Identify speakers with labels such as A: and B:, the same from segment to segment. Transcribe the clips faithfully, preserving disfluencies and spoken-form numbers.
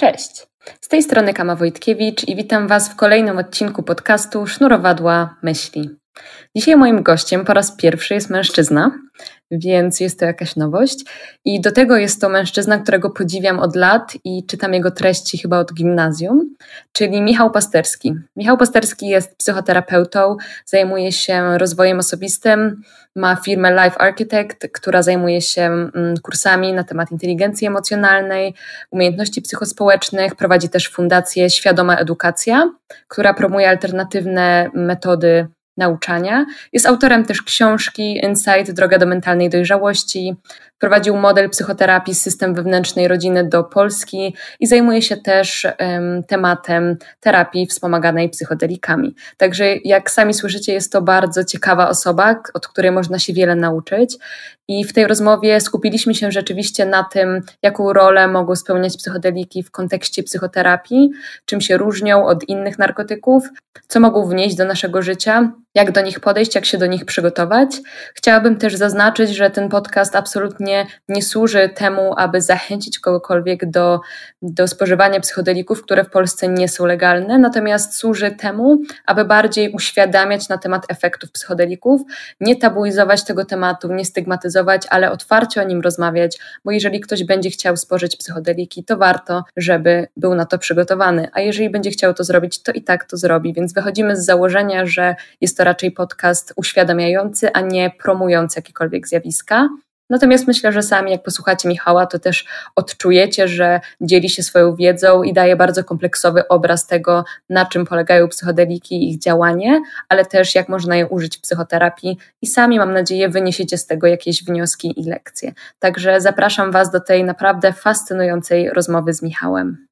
A: Cześć, z tej strony Kama Wojtkiewicz i witam Was w kolejnym odcinku podcastu Sznurowadła Myśli. Dzisiaj moim gościem po raz pierwszy jest mężczyzna, więc jest to jakaś nowość i do tego jest to mężczyzna, którego podziwiam od lat i czytam jego treści chyba od gimnazjum, czyli Michał Pasterski. Michał Pasterski jest psychoterapeutą, zajmuje się rozwojem osobistym, ma firmę Life Architect, która zajmuje się kursami na temat inteligencji emocjonalnej, umiejętności psychospołecznych, prowadzi też fundację Świadoma Edukacja, która promuje alternatywne metody nauczania. Jest autorem też książki Insight – Droga do mentalnej dojrzałości. Prowadził model psychoterapii System wewnętrznej rodziny do Polski i zajmuje się też um, tematem terapii wspomaganej psychodelikami. Także jak sami słyszycie, jest to bardzo ciekawa osoba, od której można się wiele nauczyć. I w tej rozmowie skupiliśmy się rzeczywiście na tym, jaką rolę mogą spełniać psychodeliki w kontekście psychoterapii, czym się różnią od innych narkotyków, co mogą wnieść do naszego życia, jak do nich podejść, jak się do nich przygotować. Chciałabym też zaznaczyć, że ten podcast absolutnie nie służy temu, aby zachęcić kogokolwiek do, do spożywania psychodelików, które w Polsce nie są legalne, natomiast służy temu, aby bardziej uświadamiać na temat efektów psychodelików, nie tabuizować tego tematu, nie stygmatyzować, ale otwarcie o nim rozmawiać, bo jeżeli ktoś będzie chciał spożyć psychodeliki, to warto, żeby był na to przygotowany, a jeżeli będzie chciał to zrobić, to i tak to zrobi, więc wychodzimy z założenia, że jest to raczej podcast uświadamiający, a nie promujący jakiekolwiek zjawiska. Natomiast myślę, że sami jak posłuchacie Michała, to też odczujecie, że dzieli się swoją wiedzą i daje bardzo kompleksowy obraz tego, na czym polegają psychodeliki i ich działanie, ale też jak można je użyć w psychoterapii i sami, mam nadzieję, wyniesiecie z tego jakieś wnioski i lekcje. Także zapraszam Was do tej naprawdę fascynującej rozmowy z Michałem.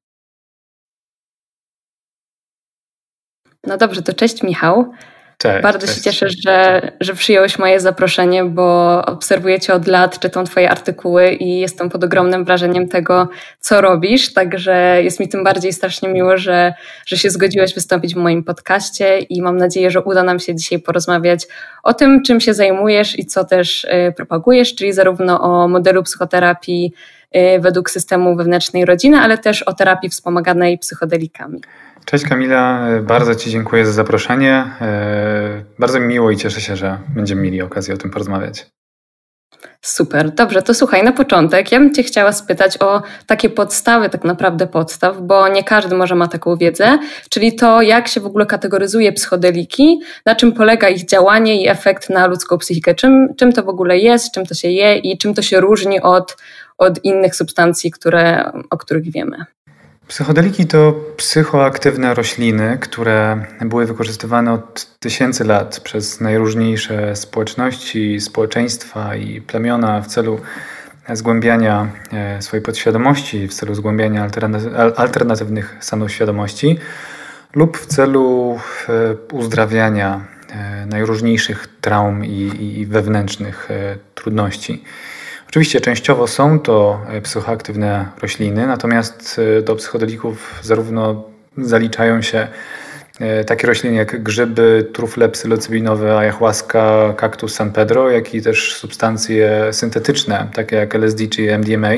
A: No dobrze, to cześć Michał.
B: Cześć,
A: Bardzo
B: cześć.
A: się cieszę, że, że przyjąłeś moje zaproszenie, bo obserwuję Cię od lat, czytam Twoje artykuły i jestem pod ogromnym wrażeniem tego, co robisz, także jest mi tym bardziej strasznie miło, że, że się zgodziłeś wystąpić w moim podcaście i mam nadzieję, że uda nam się dzisiaj porozmawiać o tym, czym się zajmujesz i co też y, propagujesz, czyli zarówno o modelu psychoterapii y, według systemu wewnętrznej rodziny, ale też o terapii wspomaganej psychodelikami.
B: Cześć Kamila, bardzo Ci dziękuję za zaproszenie. Bardzo mi miło i cieszę się, że będziemy mieli okazję o tym porozmawiać.
A: Super, dobrze, to słuchaj, na początek ja bym Cię chciała spytać o takie podstawy, tak naprawdę podstaw, bo nie każdy może ma taką wiedzę, czyli to, jak się w ogóle kategoryzuje psychodeliki, na czym polega ich działanie i efekt na ludzką psychikę, czym, czym to w ogóle jest, czym to się je i czym to się różni od, od innych substancji, które, o których wiemy.
B: Psychodeliki to psychoaktywne rośliny, które były wykorzystywane od tysięcy lat przez najróżniejsze społeczności, społeczeństwa i plemiona w celu zgłębiania swojej podświadomości, w celu zgłębiania alternatywnych stanów świadomości lub w celu uzdrawiania najróżniejszych traum i, i wewnętrznych trudności. Oczywiście częściowo są to psychoaktywne rośliny, natomiast do psychodelików zarówno zaliczają się takie rośliny jak grzyby, trufle psylocybinowe, ayahuasca, kaktus San Pedro, jak i też substancje syntetyczne, takie jak L S D czy M D M A.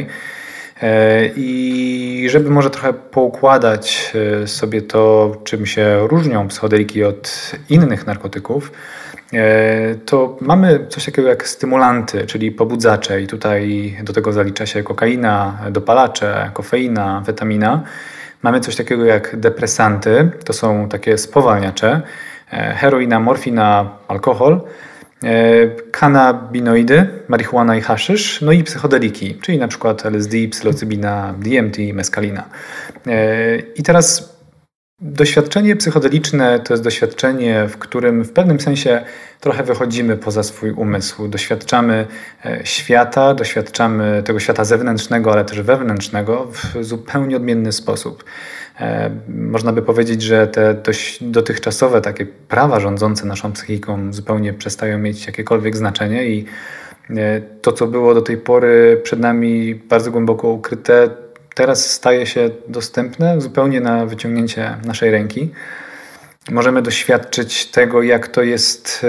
B: I żeby może trochę poukładać sobie to, czym się różnią psychodeliki od innych narkotyków, to mamy coś takiego jak stymulanty, czyli pobudzacze i tutaj do tego zalicza się kokaina, dopalacze, kofeina, amfetamina. Mamy coś takiego jak depresanty, to są takie spowalniacze, heroina, morfina, alkohol, kanabinoidy, marihuana i haszysz, no i psychodeliki, czyli na przykład L S D, psylocybina, D M T, meskalina. I teraz doświadczenie psychodeliczne to jest doświadczenie, w którym w pewnym sensie trochę wychodzimy poza swój umysł. Doświadczamy świata, doświadczamy tego świata zewnętrznego, ale też wewnętrznego w zupełnie odmienny sposób. Można by powiedzieć, że te dotychczasowe takie prawa rządzące naszą psychiką zupełnie przestają mieć jakiekolwiek znaczenie i to, co było do tej pory przed nami bardzo głęboko ukryte, teraz staje się dostępne zupełnie na wyciągnięcie naszej ręki. Możemy doświadczyć tego, jak to jest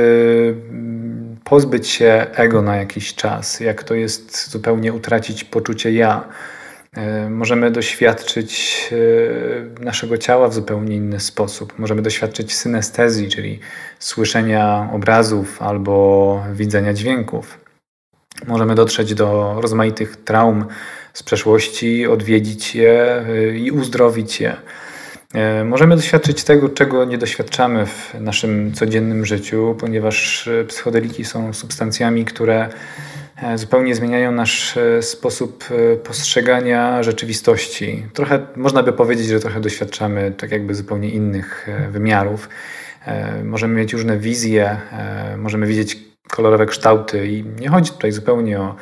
B: pozbyć się ego na jakiś czas, jak to jest zupełnie utracić poczucie ja. Możemy doświadczyć naszego ciała w zupełnie inny sposób. Możemy doświadczyć synestezji, czyli słyszenia obrazów albo widzenia dźwięków. Możemy dotrzeć do rozmaitych traum z przeszłości, odwiedzić je i uzdrowić je. Możemy doświadczyć tego, czego nie doświadczamy w naszym codziennym życiu, ponieważ psychodeliki są substancjami, które zupełnie zmieniają nasz sposób postrzegania rzeczywistości. Trochę, można by powiedzieć, że trochę doświadczamy tak jakby zupełnie innych wymiarów. Możemy mieć różne wizje, możemy widzieć kolorowe kształty i nie chodzi tutaj zupełnie o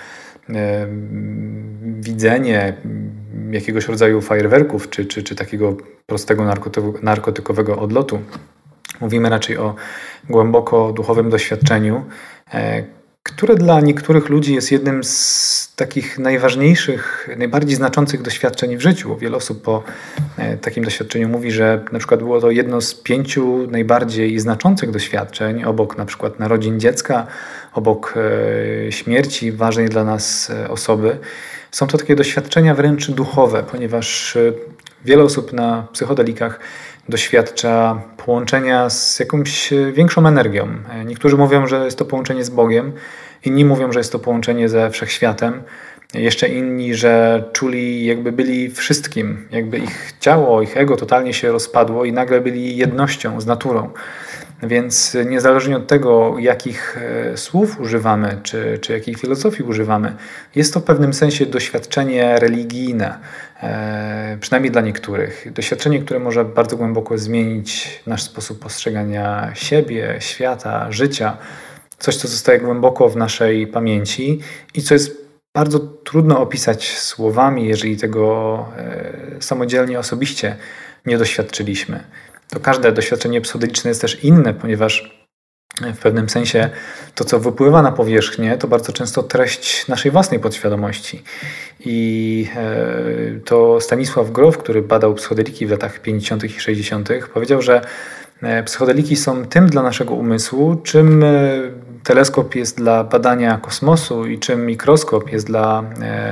B: widzenie jakiegoś rodzaju fajerwerków czy, czy, czy takiego prostego narkotykowego odlotu. Mówimy raczej o głęboko duchowym doświadczeniu, które dla niektórych ludzi jest jednym z takich najważniejszych, najbardziej znaczących doświadczeń w życiu. Wiele osób po takim doświadczeniu mówi, że na przykład było to jedno z pięciu najbardziej znaczących doświadczeń, obok na przykład narodzin dziecka, obok śmierci ważnej dla nas osoby. Są to takie doświadczenia wręcz duchowe, ponieważ wiele osób na psychodelikach doświadcza połączenia z jakąś większą energią. Niektórzy mówią, że jest to połączenie z Bogiem, inni mówią, że jest to połączenie ze Wszechświatem, jeszcze inni, że czuli, jakby byli wszystkim, jakby ich ciało, ich ego totalnie się rozpadło i nagle byli jednością z naturą. Więc niezależnie od tego, jakich słów używamy, czy, czy jakiej filozofii używamy, jest to w pewnym sensie doświadczenie religijne, e, przynajmniej dla niektórych. Doświadczenie, które może bardzo głęboko zmienić nasz sposób postrzegania siebie, świata, życia. Coś, co zostaje głęboko w naszej pamięci i co jest bardzo trudno opisać słowami, jeżeli tego e, samodzielnie, osobiście nie doświadczyliśmy. To każde doświadczenie psychodeliczne jest też inne, ponieważ w pewnym sensie to, co wypływa na powierzchnię, to bardzo często treść naszej własnej podświadomości. I to Stanisław Grof, który badał psychodeliki w latach pięćdziesiątych i sześćdziesiątych, powiedział, że psychodeliki są tym dla naszego umysłu, czym teleskop jest dla badania kosmosu i czym mikroskop jest dla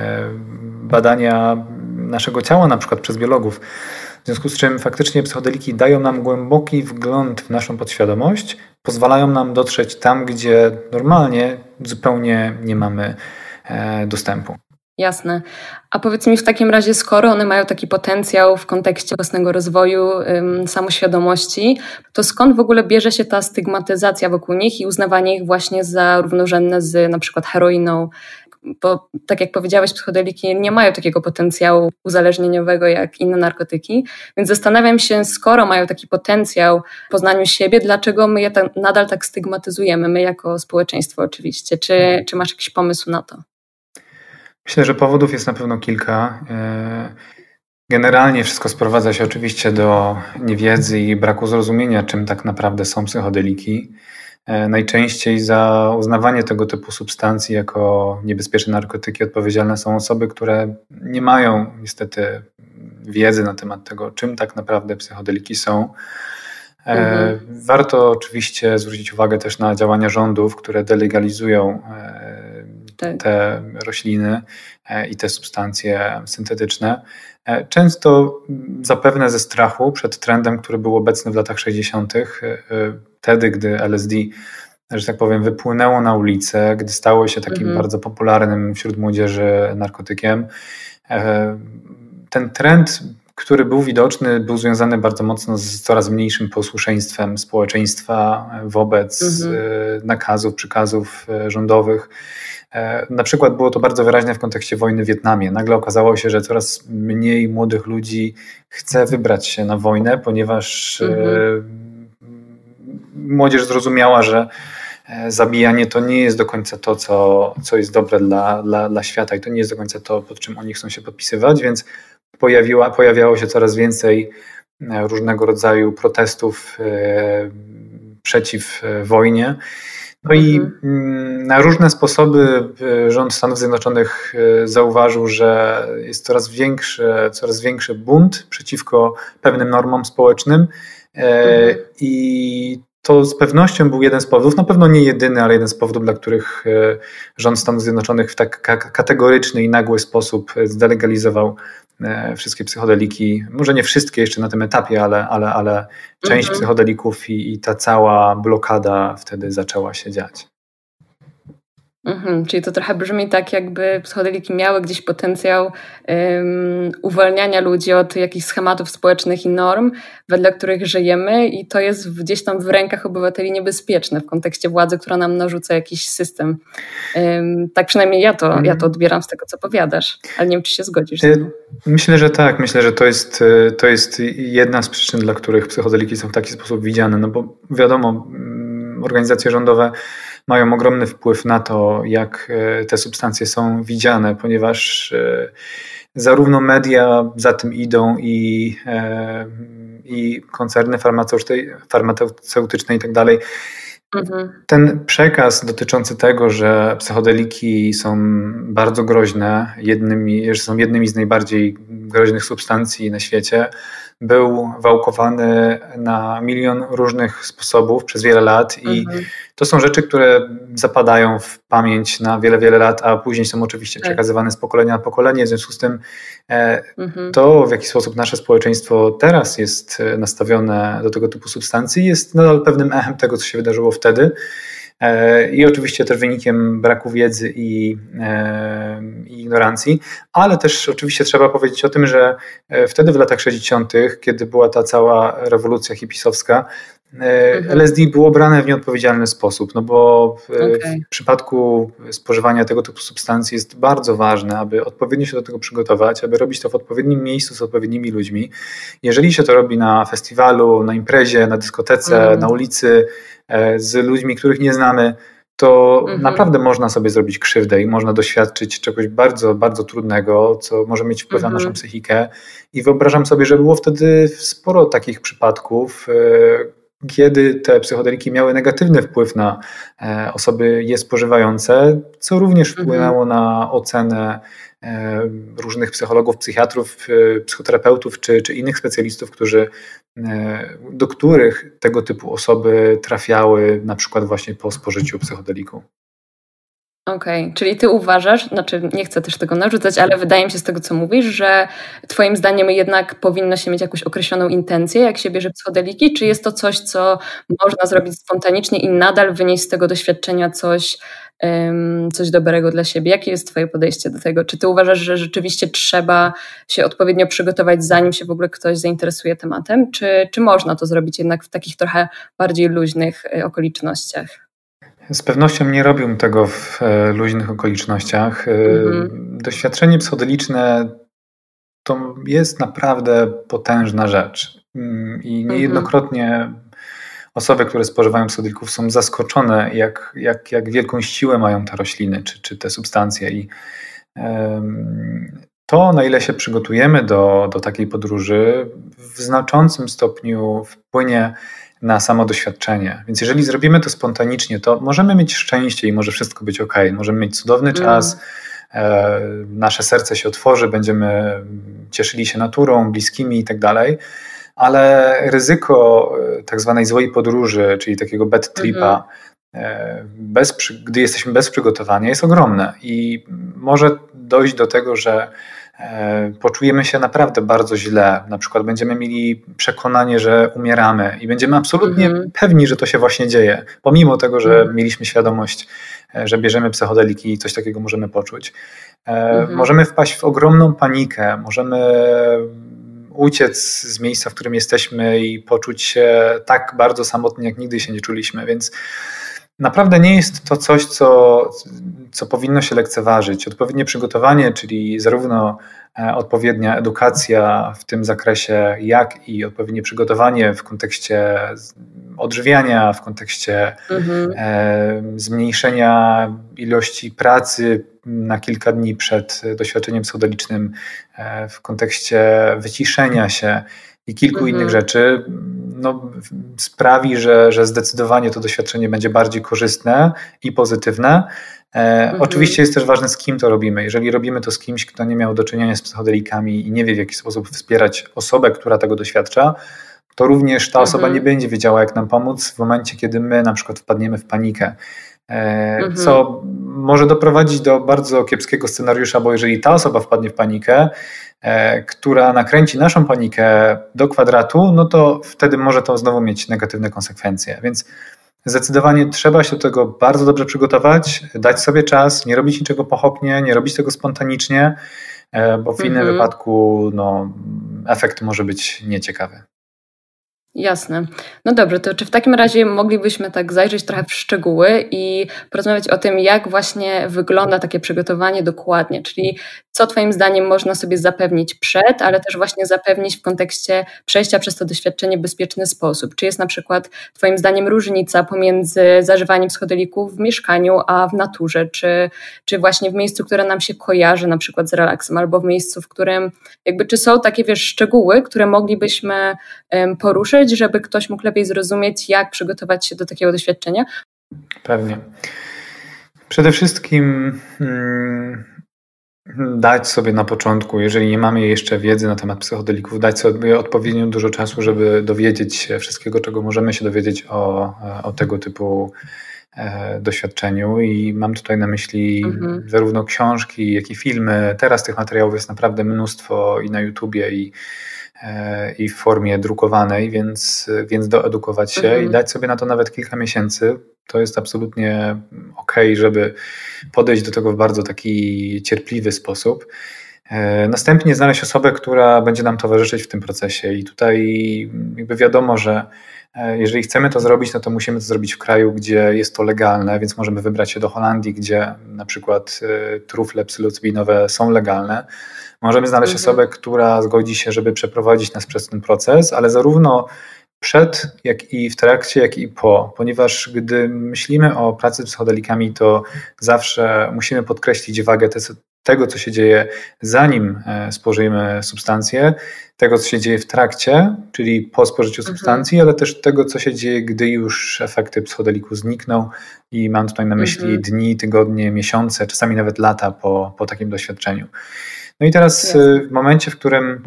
B: badania naszego ciała, na przykład przez biologów. W związku z czym faktycznie psychodeliki dają nam głęboki wgląd w naszą podświadomość, pozwalają nam dotrzeć tam, gdzie normalnie zupełnie nie mamy e, dostępu.
A: Jasne. A powiedz mi w takim razie, skoro one mają taki potencjał w kontekście własnego rozwoju, ym, samoświadomości, to skąd w ogóle bierze się ta stygmatyzacja wokół nich i uznawanie ich właśnie za równorzędne z na przykład heroiną? Bo tak jak powiedziałeś, psychodeliki nie mają takiego potencjału uzależnieniowego jak inne narkotyki, więc zastanawiam się, skoro mają taki potencjał w poznaniu siebie, dlaczego my je ta, nadal tak stygmatyzujemy, my jako społeczeństwo oczywiście. Czy, czy masz jakiś pomysł na to?
B: Myślę, że powodów jest na pewno kilka. Generalnie wszystko sprowadza się oczywiście do niewiedzy i braku zrozumienia, czym tak naprawdę są psychodeliki. Najczęściej za uznawanie tego typu substancji jako niebezpieczne narkotyki odpowiedzialne są osoby, które nie mają niestety wiedzy na temat tego, czym tak naprawdę psychodeliki są. Mhm. Warto oczywiście zwrócić uwagę też na działania rządów, które delegalizują tak. te rośliny i te substancje syntetyczne. Często zapewne ze strachu przed trendem, który był obecny w latach sześćdziesiątych, wtedy, gdy L S D, że tak powiem, wypłynęło na ulicę, gdy stało się takim mhm. bardzo popularnym wśród młodzieży narkotykiem. Ten trend, który był widoczny, był związany bardzo mocno z coraz mniejszym posłuszeństwem społeczeństwa wobec mhm. nakazów, przykazów rządowych. Na przykład było to bardzo wyraźne w kontekście wojny w Wietnamie. Nagle okazało się, że coraz mniej młodych ludzi chce wybrać się na wojnę, ponieważ mhm. młodzież zrozumiała, że zabijanie to nie jest do końca to, co, co jest dobre dla, dla, dla świata i to nie jest do końca to, pod czym oni chcą się podpisywać, więc pojawiła, pojawiało się coraz więcej różnego rodzaju protestów e, przeciw wojnie. No mhm. i na różne sposoby rząd Stanów Zjednoczonych zauważył, że jest coraz większy, coraz większy bunt przeciwko pewnym normom społecznym mhm. i to z pewnością był jeden z powodów, na pewno nie jedyny, ale jeden z powodów, dla których rząd Stanów Zjednoczonych w tak kategoryczny i nagły sposób zdelegalizował wszystkie psychodeliki. Może nie wszystkie jeszcze na tym etapie, ale, ale, ale część mhm. psychodelików i, i ta cała blokada wtedy zaczęła się dziać.
A: Mhm, czyli to trochę brzmi tak, jakby psychodeliki miały gdzieś potencjał um, uwalniania ludzi od jakichś schematów społecznych i norm, wedle których żyjemy, i to jest gdzieś tam w rękach obywateli niebezpieczne w kontekście władzy, która nam narzuca jakiś system. Um, tak przynajmniej ja to, ja to odbieram z tego, co powiadasz, ale nie wiem, czy się zgodzisz ze mną.
B: Myślę, że tak. Myślę, że to jest, to jest jedna z przyczyn, dla których psychodeliki są w taki sposób widziane, no bo wiadomo, organizacje rządowe mają ogromny wpływ na to, jak te substancje są widziane, ponieważ zarówno media za tym idą i, i koncerny farmaceutyczne i tak dalej. Ten przekaz dotyczący tego, że psychodeliki są bardzo groźne, jednymi, że są jednymi z najbardziej groźnych substancji na świecie, był wałkowany na milion różnych sposobów przez wiele lat i mhm. to są rzeczy, które zapadają w pamięć na wiele, wiele lat, a później są oczywiście tak. przekazywane z pokolenia na pokolenie. W związku z tym e, mhm. to, w jaki sposób nasze społeczeństwo teraz jest nastawione do tego typu substancji, jest nadal pewnym echem tego, co się wydarzyło wtedy. I oczywiście też wynikiem braku wiedzy i, i ignorancji, ale też oczywiście trzeba powiedzieć o tym, że wtedy w latach sześćdziesiątych, kiedy była ta cała rewolucja hipisowska, mhm. L S D było brane w nieodpowiedzialny sposób, no bo okay. w przypadku spożywania tego typu substancji jest bardzo ważne, aby odpowiednio się do tego przygotować, aby robić to w odpowiednim miejscu z odpowiednimi ludźmi. Jeżeli się to robi na festiwalu, na imprezie, na dyskotece, mhm. na ulicy, z ludźmi, których nie znamy, to mhm. naprawdę można sobie zrobić krzywdę i można doświadczyć czegoś bardzo, bardzo trudnego, co może mieć wpływ mhm. na naszą psychikę. I wyobrażam sobie, że było wtedy sporo takich przypadków, kiedy te psychodeliki miały negatywny wpływ na osoby je spożywające, co również wpłynęło mhm. na ocenę różnych psychologów, psychiatrów, psychoterapeutów czy, czy innych specjalistów, którzy, do których tego typu osoby trafiały na przykład właśnie po spożyciu psychodeliku.
A: Okej, okay. Czyli ty uważasz, znaczy nie chcę też tego narzucać, ale wydaje mi się z tego, co mówisz, że twoim zdaniem jednak powinno się mieć jakąś określoną intencję, jak się bierze psychodeliki, czy jest to coś, co można zrobić spontanicznie i nadal wynieść z tego doświadczenia coś, um, coś dobrego dla siebie? Jakie jest twoje podejście do tego? Czy ty uważasz, że rzeczywiście trzeba się odpowiednio przygotować, zanim się w ogóle ktoś zainteresuje tematem, czy, czy można to zrobić jednak w takich trochę bardziej luźnych okolicznościach?
B: Z pewnością nie robię tego w luźnych okolicznościach. Mhm. Doświadczenie psychodeliczne to jest naprawdę potężna rzecz. I niejednokrotnie mhm. osoby, które spożywają psychodelików, są zaskoczone, jak, jak, jak wielką siłę mają te rośliny czy, czy te substancje. I um, to, na ile się przygotujemy do, do takiej podróży, w znaczącym stopniu wpłynie na samo doświadczenie. Więc jeżeli zrobimy to spontanicznie, to możemy mieć szczęście i może wszystko być ok. Możemy mieć cudowny czas, mm. e, nasze serce się otworzy, będziemy cieszyli się naturą, bliskimi i tak dalej, ale ryzyko tak zwanej złej podróży, czyli takiego bad tripa, mm-hmm. e, bez, gdy jesteśmy bez przygotowania, jest ogromne i może dojść do tego, że poczujemy się naprawdę bardzo źle. Na przykład będziemy mieli przekonanie, że umieramy i będziemy absolutnie mm-hmm. pewni, że to się właśnie dzieje, pomimo tego, że mm. mieliśmy świadomość, że bierzemy psychodeliki i coś takiego możemy poczuć. Mm-hmm. Możemy wpaść w ogromną panikę, możemy uciec z miejsca, w którym jesteśmy i poczuć się tak bardzo samotnie, jak nigdy się nie czuliśmy, więc naprawdę nie jest to coś, co, co powinno się lekceważyć. Odpowiednie przygotowanie, czyli zarówno odpowiednia edukacja w tym zakresie, jak i odpowiednie przygotowanie w kontekście odżywiania, w kontekście mhm. e, zmniejszenia ilości pracy na kilka dni przed doświadczeniem psychodelicznym, e, w kontekście wyciszenia się i kilku mhm. innych rzeczy, no, sprawi, że, że zdecydowanie to doświadczenie będzie bardziej korzystne i pozytywne. E, mhm. Oczywiście jest też ważne, z kim to robimy. Jeżeli robimy to z kimś, kto nie miał do czynienia z psychodelikami i nie wie, w jaki sposób wspierać osobę, która tego doświadcza, to również ta osoba
A: Mhm.
B: nie będzie wiedziała, jak nam pomóc w momencie, kiedy my na przykład wpadniemy w panikę.
A: Mhm.
B: Co może doprowadzić do bardzo kiepskiego scenariusza, bo jeżeli ta osoba wpadnie w panikę, która nakręci naszą panikę do kwadratu, no to wtedy może to znowu mieć negatywne konsekwencje. Więc zdecydowanie trzeba się do tego bardzo dobrze przygotować, dać sobie czas, nie robić niczego pochopnie, nie robić tego spontanicznie, bo w innym
A: Mhm.
B: wypadku no, efekt może być nieciekawy.
A: Jasne. No dobrze, to czy w takim razie moglibyśmy tak zajrzeć trochę w szczegóły i porozmawiać o tym, jak właśnie wygląda takie przygotowanie dokładnie, czyli co Twoim zdaniem można sobie zapewnić przed, ale też właśnie zapewnić w kontekście przejścia przez to doświadczenie w bezpieczny sposób. Czy jest na przykład Twoim zdaniem różnica pomiędzy zażywaniem psychodelików w mieszkaniu, a w naturze, czy, czy właśnie w miejscu, które nam się kojarzy na przykład z relaksem, albo w miejscu, w którym jakby, czy są takie, wiesz, szczegóły, które moglibyśmy um, poruszyć, żeby ktoś mógł lepiej zrozumieć, jak przygotować się do takiego doświadczenia?
B: Pewnie. Przede wszystkim hmm, dać sobie na początku, jeżeli nie mamy jeszcze wiedzy na temat psychodelików, dać sobie odpowiednio dużo czasu, żeby dowiedzieć się wszystkiego, czego możemy się dowiedzieć o, o tego typu e, doświadczeniu. I mam tutaj na myśli mhm. zarówno książki, jak i filmy. Teraz tych materiałów jest naprawdę mnóstwo i na YouTubie, i i w formie drukowanej, więc, więc doedukować się mhm. i dać sobie na to nawet kilka miesięcy. To jest absolutnie okej, żeby podejść do tego w bardzo taki cierpliwy sposób. Następnie znaleźć osobę, która będzie nam towarzyszyć w tym procesie i tutaj jakby wiadomo, że jeżeli chcemy to zrobić, no to musimy to zrobić w kraju, gdzie jest to legalne, więc możemy wybrać się do Holandii, gdzie na przykład trufle psylocybinowe są legalne. Możemy znaleźć mhm. osobę, która zgodzi się, żeby przeprowadzić nas przez ten proces, ale zarówno przed, jak i w trakcie, jak i po, ponieważ gdy myślimy o pracy z psychodelikami, to zawsze musimy podkreślić wagę tego, co się dzieje zanim spożyjemy substancję, tego, co się dzieje w trakcie, czyli po spożyciu substancji, mhm. ale też tego, co się dzieje, gdy już efekty psychodeliku znikną i mam tutaj na myśli mhm. dni, tygodnie, miesiące, czasami nawet lata po, po takim doświadczeniu. No i teraz Jasne. w momencie, w którym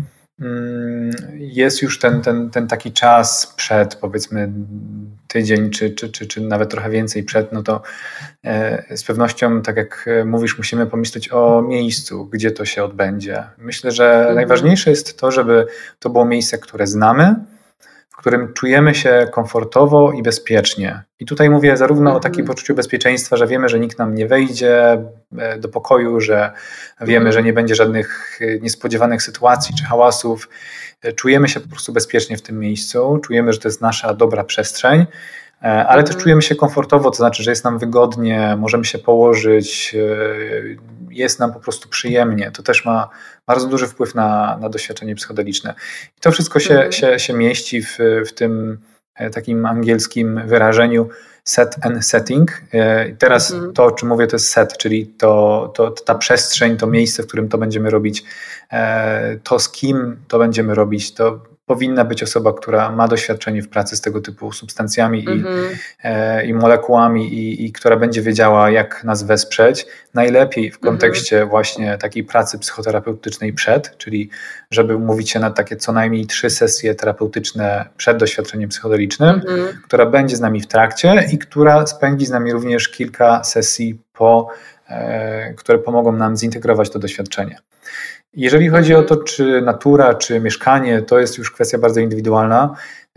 B: jest już ten, ten, ten taki czas przed, powiedzmy tydzień, czy, czy, czy, czy nawet trochę więcej przed, no to z pewnością, tak jak mówisz, musimy pomyśleć o miejscu, gdzie to się odbędzie. Myślę, że mhm. najważniejsze jest to, żeby to było miejsce, które znamy, w którym czujemy się komfortowo i bezpiecznie. I tutaj mówię zarówno mhm. o takim poczuciu bezpieczeństwa, że wiemy, że nikt nam nie wejdzie do pokoju, że wiemy, mhm. że nie będzie żadnych niespodziewanych sytuacji czy hałasów. Czujemy się po prostu bezpiecznie w tym miejscu, czujemy, że to jest nasza dobra przestrzeń, ale mhm. też czujemy się komfortowo, to znaczy, że jest nam wygodnie, możemy się położyć, jest nam po prostu przyjemnie. To też ma bardzo duży wpływ na, na doświadczenie psychodeliczne. I to wszystko się, mhm. się, się mieści w, w tym takim angielskim wyrażeniu set and setting. I teraz mhm. to, o czym mówię, to jest set, czyli to, to, ta przestrzeń, to miejsce, w którym to będziemy robić, to z kim to będziemy robić, to powinna być osoba, która ma doświadczenie w pracy z tego typu substancjami mm-hmm. i, e, i molekułami i, i która będzie wiedziała, jak nas wesprzeć. Najlepiej w kontekście mm-hmm. właśnie takiej pracy psychoterapeutycznej przed, czyli żeby umówić się na takie co najmniej trzy sesje terapeutyczne przed doświadczeniem psychodelicznym, mm-hmm. która będzie z nami w trakcie i która spędzi z nami również kilka sesji po, e, które pomogą nam zintegrować to doświadczenie. Jeżeli chodzi o to, czy natura, czy mieszkanie, to jest już kwestia bardzo indywidualna.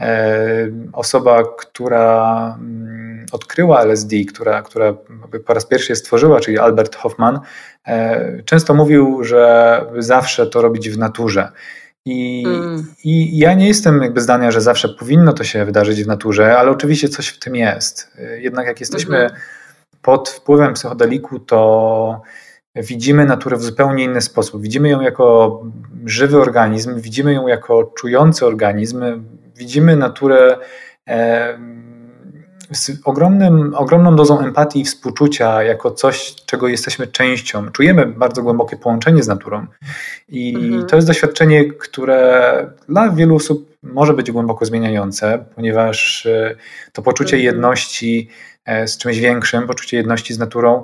B: Osoba, która odkryła L S D, która, która po raz pierwszy je stworzyła, czyli Albert Hofmann, często mówił, że zawsze to robić w naturze. I, mm. I ja nie jestem jakby zdania, że zawsze powinno to się wydarzyć w naturze, ale oczywiście coś w tym jest. Jednak jak jesteśmy mm-hmm. pod wpływem psychodeliku, to widzimy naturę w zupełnie inny sposób. Widzimy ją jako żywy organizm, widzimy ją jako czujący organizm, widzimy naturę e, z ogromnym, ogromną dozą empatii i współczucia jako coś, czego jesteśmy częścią. Czujemy bardzo głębokie połączenie z naturą i mhm. to jest doświadczenie, które dla wielu osób może być głęboko zmieniające, ponieważ to poczucie mhm. jedności z czymś większym, poczucie jedności z naturą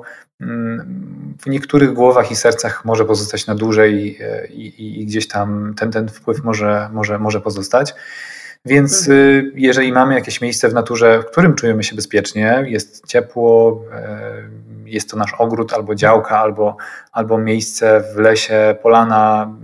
B: w niektórych głowach i sercach może pozostać na dłużej i, i, i gdzieś tam ten, ten wpływ może, może, może pozostać. Więc mhm. jeżeli mamy jakieś miejsce w naturze, w którym czujemy się bezpiecznie, jest ciepło, jest to nasz ogród albo działka, albo, albo miejsce w lesie, polana,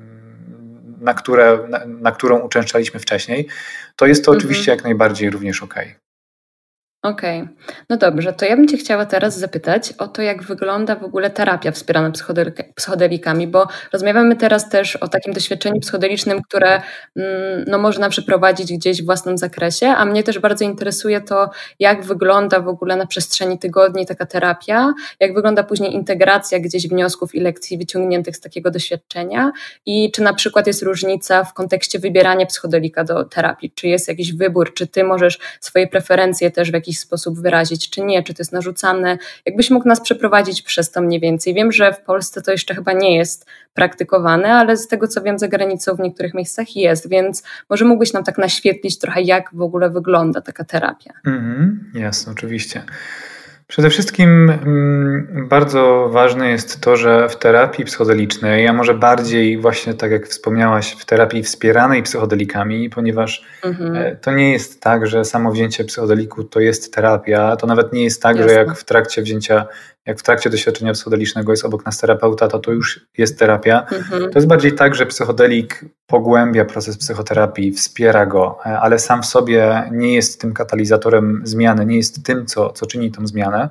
B: na, które, na, na którą uczęszczaliśmy wcześniej, to jest to mhm. oczywiście jak najbardziej również okej.
A: Okej, okay. No dobrze, to ja bym Cię chciała teraz zapytać o to, jak wygląda w ogóle terapia wspierana psychodelikami, bo rozmawiamy teraz też o takim doświadczeniu psychodelicznym, które no, można przeprowadzić gdzieś w własnym zakresie, a mnie też bardzo interesuje to, jak wygląda w ogóle na przestrzeni tygodni taka terapia, jak wygląda później integracja gdzieś wniosków i lekcji wyciągniętych z takiego doświadczenia i czy na przykład jest różnica w kontekście wybierania psychodelika do terapii, czy jest jakiś wybór, czy Ty możesz swoje preferencje też w jakiś sposób wyrazić, czy nie, czy to jest narzucane. Jakbyś mógł nas przeprowadzić przez to mniej więcej. Wiem, że w Polsce to jeszcze chyba nie jest praktykowane, ale z tego co wiem za granicą w niektórych miejscach jest, więc może mógłbyś nam tak naświetlić trochę, jak w ogóle wygląda taka terapia.
B: Mhm, jasne, oczywiście. Przede wszystkim mm, bardzo ważne jest to, że w terapii psychodelicznej, a może bardziej właśnie tak jak wspomniałaś, w terapii wspieranej psychodelikami, ponieważ mhm. to nie jest tak, że samo wzięcie psychodeliku to jest terapia, to nawet nie jest tak, Jasne. że jak w trakcie wzięcia, jak w trakcie doświadczenia psychodelicznego jest obok nas terapeuta, to to już jest terapia. Mhm. To jest bardziej tak, że psychodelik pogłębia proces psychoterapii, wspiera go, ale sam w sobie nie jest tym katalizatorem zmiany, nie jest tym, co, co czyni tą zmianę.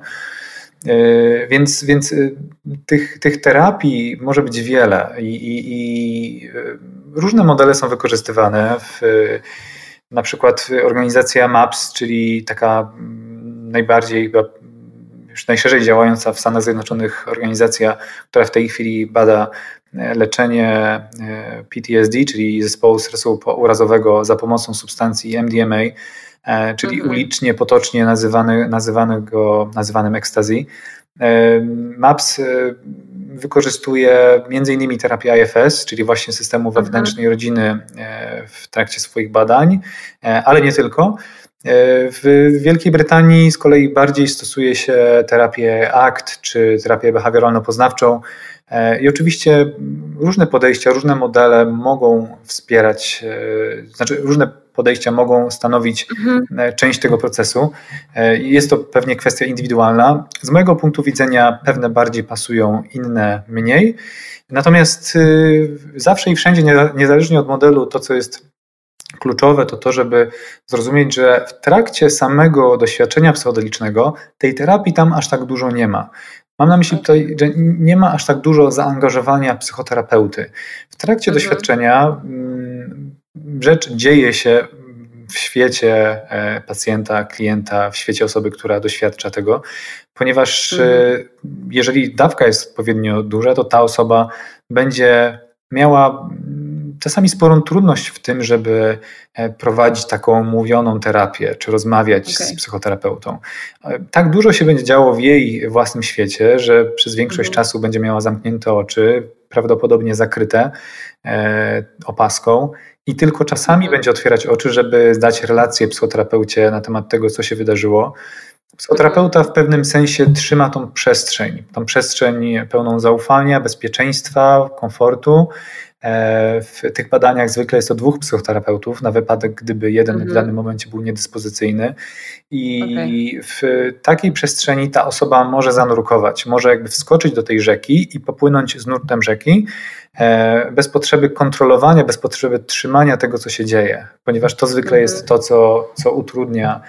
B: Więc, więc tych, tych terapii może być wiele i, i, i różne modele są wykorzystywane. W, na przykład organizacja MAPS, czyli taka najbardziej już najszerzej działająca w Stanach Zjednoczonych organizacja, która w tej chwili bada leczenie P T S D, czyli zespołu stresu urazowego za pomocą substancji M D M A, czyli mhm. ulicznie, potocznie nazywany, nazywanego, nazywanym ecstasy. MAPS wykorzystuje między innymi terapię I F S, czyli właśnie systemu wewnętrznej mhm. rodziny w trakcie swoich badań, ale nie tylko. W Wielkiej Brytanii z kolei bardziej stosuje się terapię A C T czy terapię behawioralno-poznawczą i oczywiście różne podejścia, różne modele mogą wspierać, znaczy różne podejścia mogą stanowić mhm. część tego procesu. Jest to pewnie kwestia indywidualna. Z mojego punktu widzenia pewne bardziej pasują, inne mniej. Natomiast zawsze i wszędzie, niezależnie od modelu, to co jest kluczowe, to to, żeby zrozumieć, że w trakcie samego doświadczenia psychodelicznego tej terapii tam aż tak dużo nie ma. Mam na myśli tutaj, że nie ma aż tak dużo zaangażowania psychoterapeuty. W trakcie mhm. doświadczenia rzecz dzieje się w świecie pacjenta, klienta, w świecie osoby, która doświadcza tego, ponieważ mhm. jeżeli dawka jest odpowiednio duża, to ta osoba będzie miała czasami sporą trudność w tym, żeby prowadzić taką mówioną terapię, czy rozmawiać okay. z psychoterapeutą. Tak dużo się będzie działo w jej własnym świecie, że przez większość mhm. czasu będzie miała zamknięte oczy, prawdopodobnie zakryte e, opaską i tylko czasami mhm. będzie otwierać oczy, żeby zdać relację psychoterapeucie na temat tego, co się wydarzyło. Psychoterapeuta w pewnym sensie trzyma tą przestrzeń, tą przestrzeń pełną zaufania, bezpieczeństwa, komfortu. W tych badaniach zwykle jest to dwóch psychoterapeutów na wypadek, gdyby jeden mhm. w danym momencie był niedyspozycyjny i okay. w takiej przestrzeni ta osoba może zanurkować, może jakby wskoczyć do tej rzeki i popłynąć z nurtem rzeki bez potrzeby kontrolowania, bez potrzeby trzymania tego, co się dzieje, ponieważ to zwykle mhm. jest to, co, co utrudnia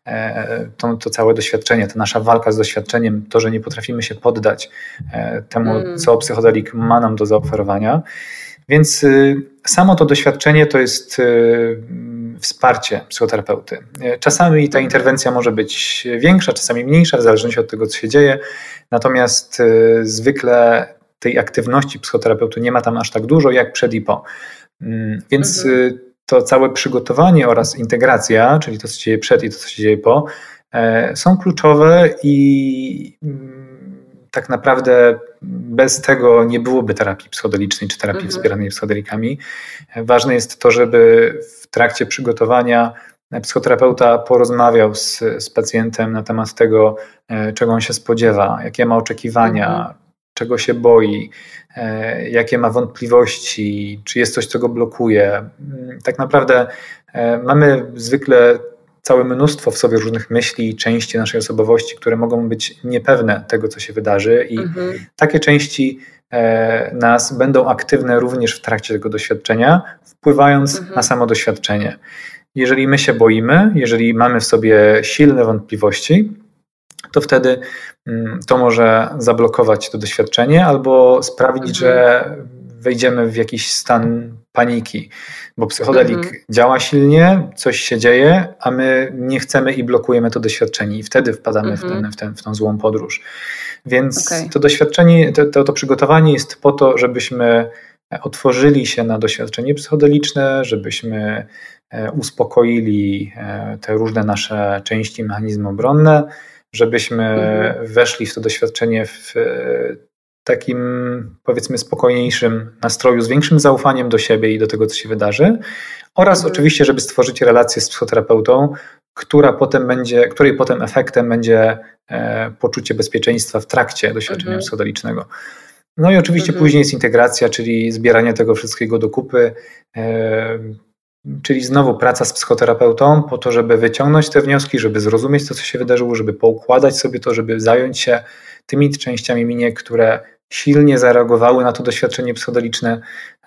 B: To, to całe doświadczenie, ta nasza walka z doświadczeniem, to, że nie potrafimy się poddać temu, mm. co psychodelik ma nam do zaoferowania. Więc samo to doświadczenie to jest wsparcie psychoterapeuty. Czasami ta interwencja może być większa, czasami mniejsza, w zależności od tego, co się dzieje. Natomiast zwykle tej aktywności psychoterapeuty nie ma tam aż tak dużo, jak przed i po. Więc mhm. to całe przygotowanie oraz integracja, czyli to, co się dzieje przed i to, co się dzieje po, są kluczowe i tak naprawdę bez tego nie byłoby terapii psychodelicznej czy terapii mhm. wspieranej psychodelikami. Ważne jest to, żeby w trakcie przygotowania psychoterapeuta porozmawiał z, z pacjentem na temat tego, czego on się spodziewa, jakie ma oczekiwania, mhm. czego się boi, jakie ma wątpliwości, czy jest coś, co go blokuje. Tak naprawdę mamy zwykle całe mnóstwo w sobie różnych myśli i części naszej osobowości, które mogą być niepewne tego, co się wydarzy i mhm. takie części nas będą aktywne również w trakcie tego doświadczenia, wpływając mhm. na samo doświadczenie. Jeżeli my się boimy, jeżeli mamy w sobie silne wątpliwości, to wtedy to może zablokować to doświadczenie albo sprawić, mhm. że wejdziemy w jakiś stan paniki, bo psychodelik mhm. działa silnie, coś się dzieje, a my nie chcemy i blokujemy to doświadczenie i wtedy wpadamy mhm. w, ten, w, ten, w tą złą podróż. Więc okay. to doświadczenie, to, to, to przygotowanie jest po to, żebyśmy otworzyli się na doświadczenie psychodeliczne, żebyśmy uspokoili te różne nasze części, mechanizmy obronne, żebyśmy mhm. weszli w to doświadczenie w takim, powiedzmy, spokojniejszym nastroju, z większym zaufaniem do siebie i do tego, co się wydarzy, oraz mhm. oczywiście, żeby stworzyć relację z psychoterapeutą, która potem będzie, której potem efektem będzie e, poczucie bezpieczeństwa w trakcie doświadczenia mhm. psychodelicznego. No i oczywiście mhm. później jest integracja, czyli zbieranie tego wszystkiego do kupy, e, czyli znowu praca z psychoterapeutą po to, żeby wyciągnąć te wnioski, żeby zrozumieć to, co się wydarzyło, żeby poukładać sobie to, żeby zająć się tymi częściami mnie, które silnie zareagowały na to doświadczenie psychodeliczne.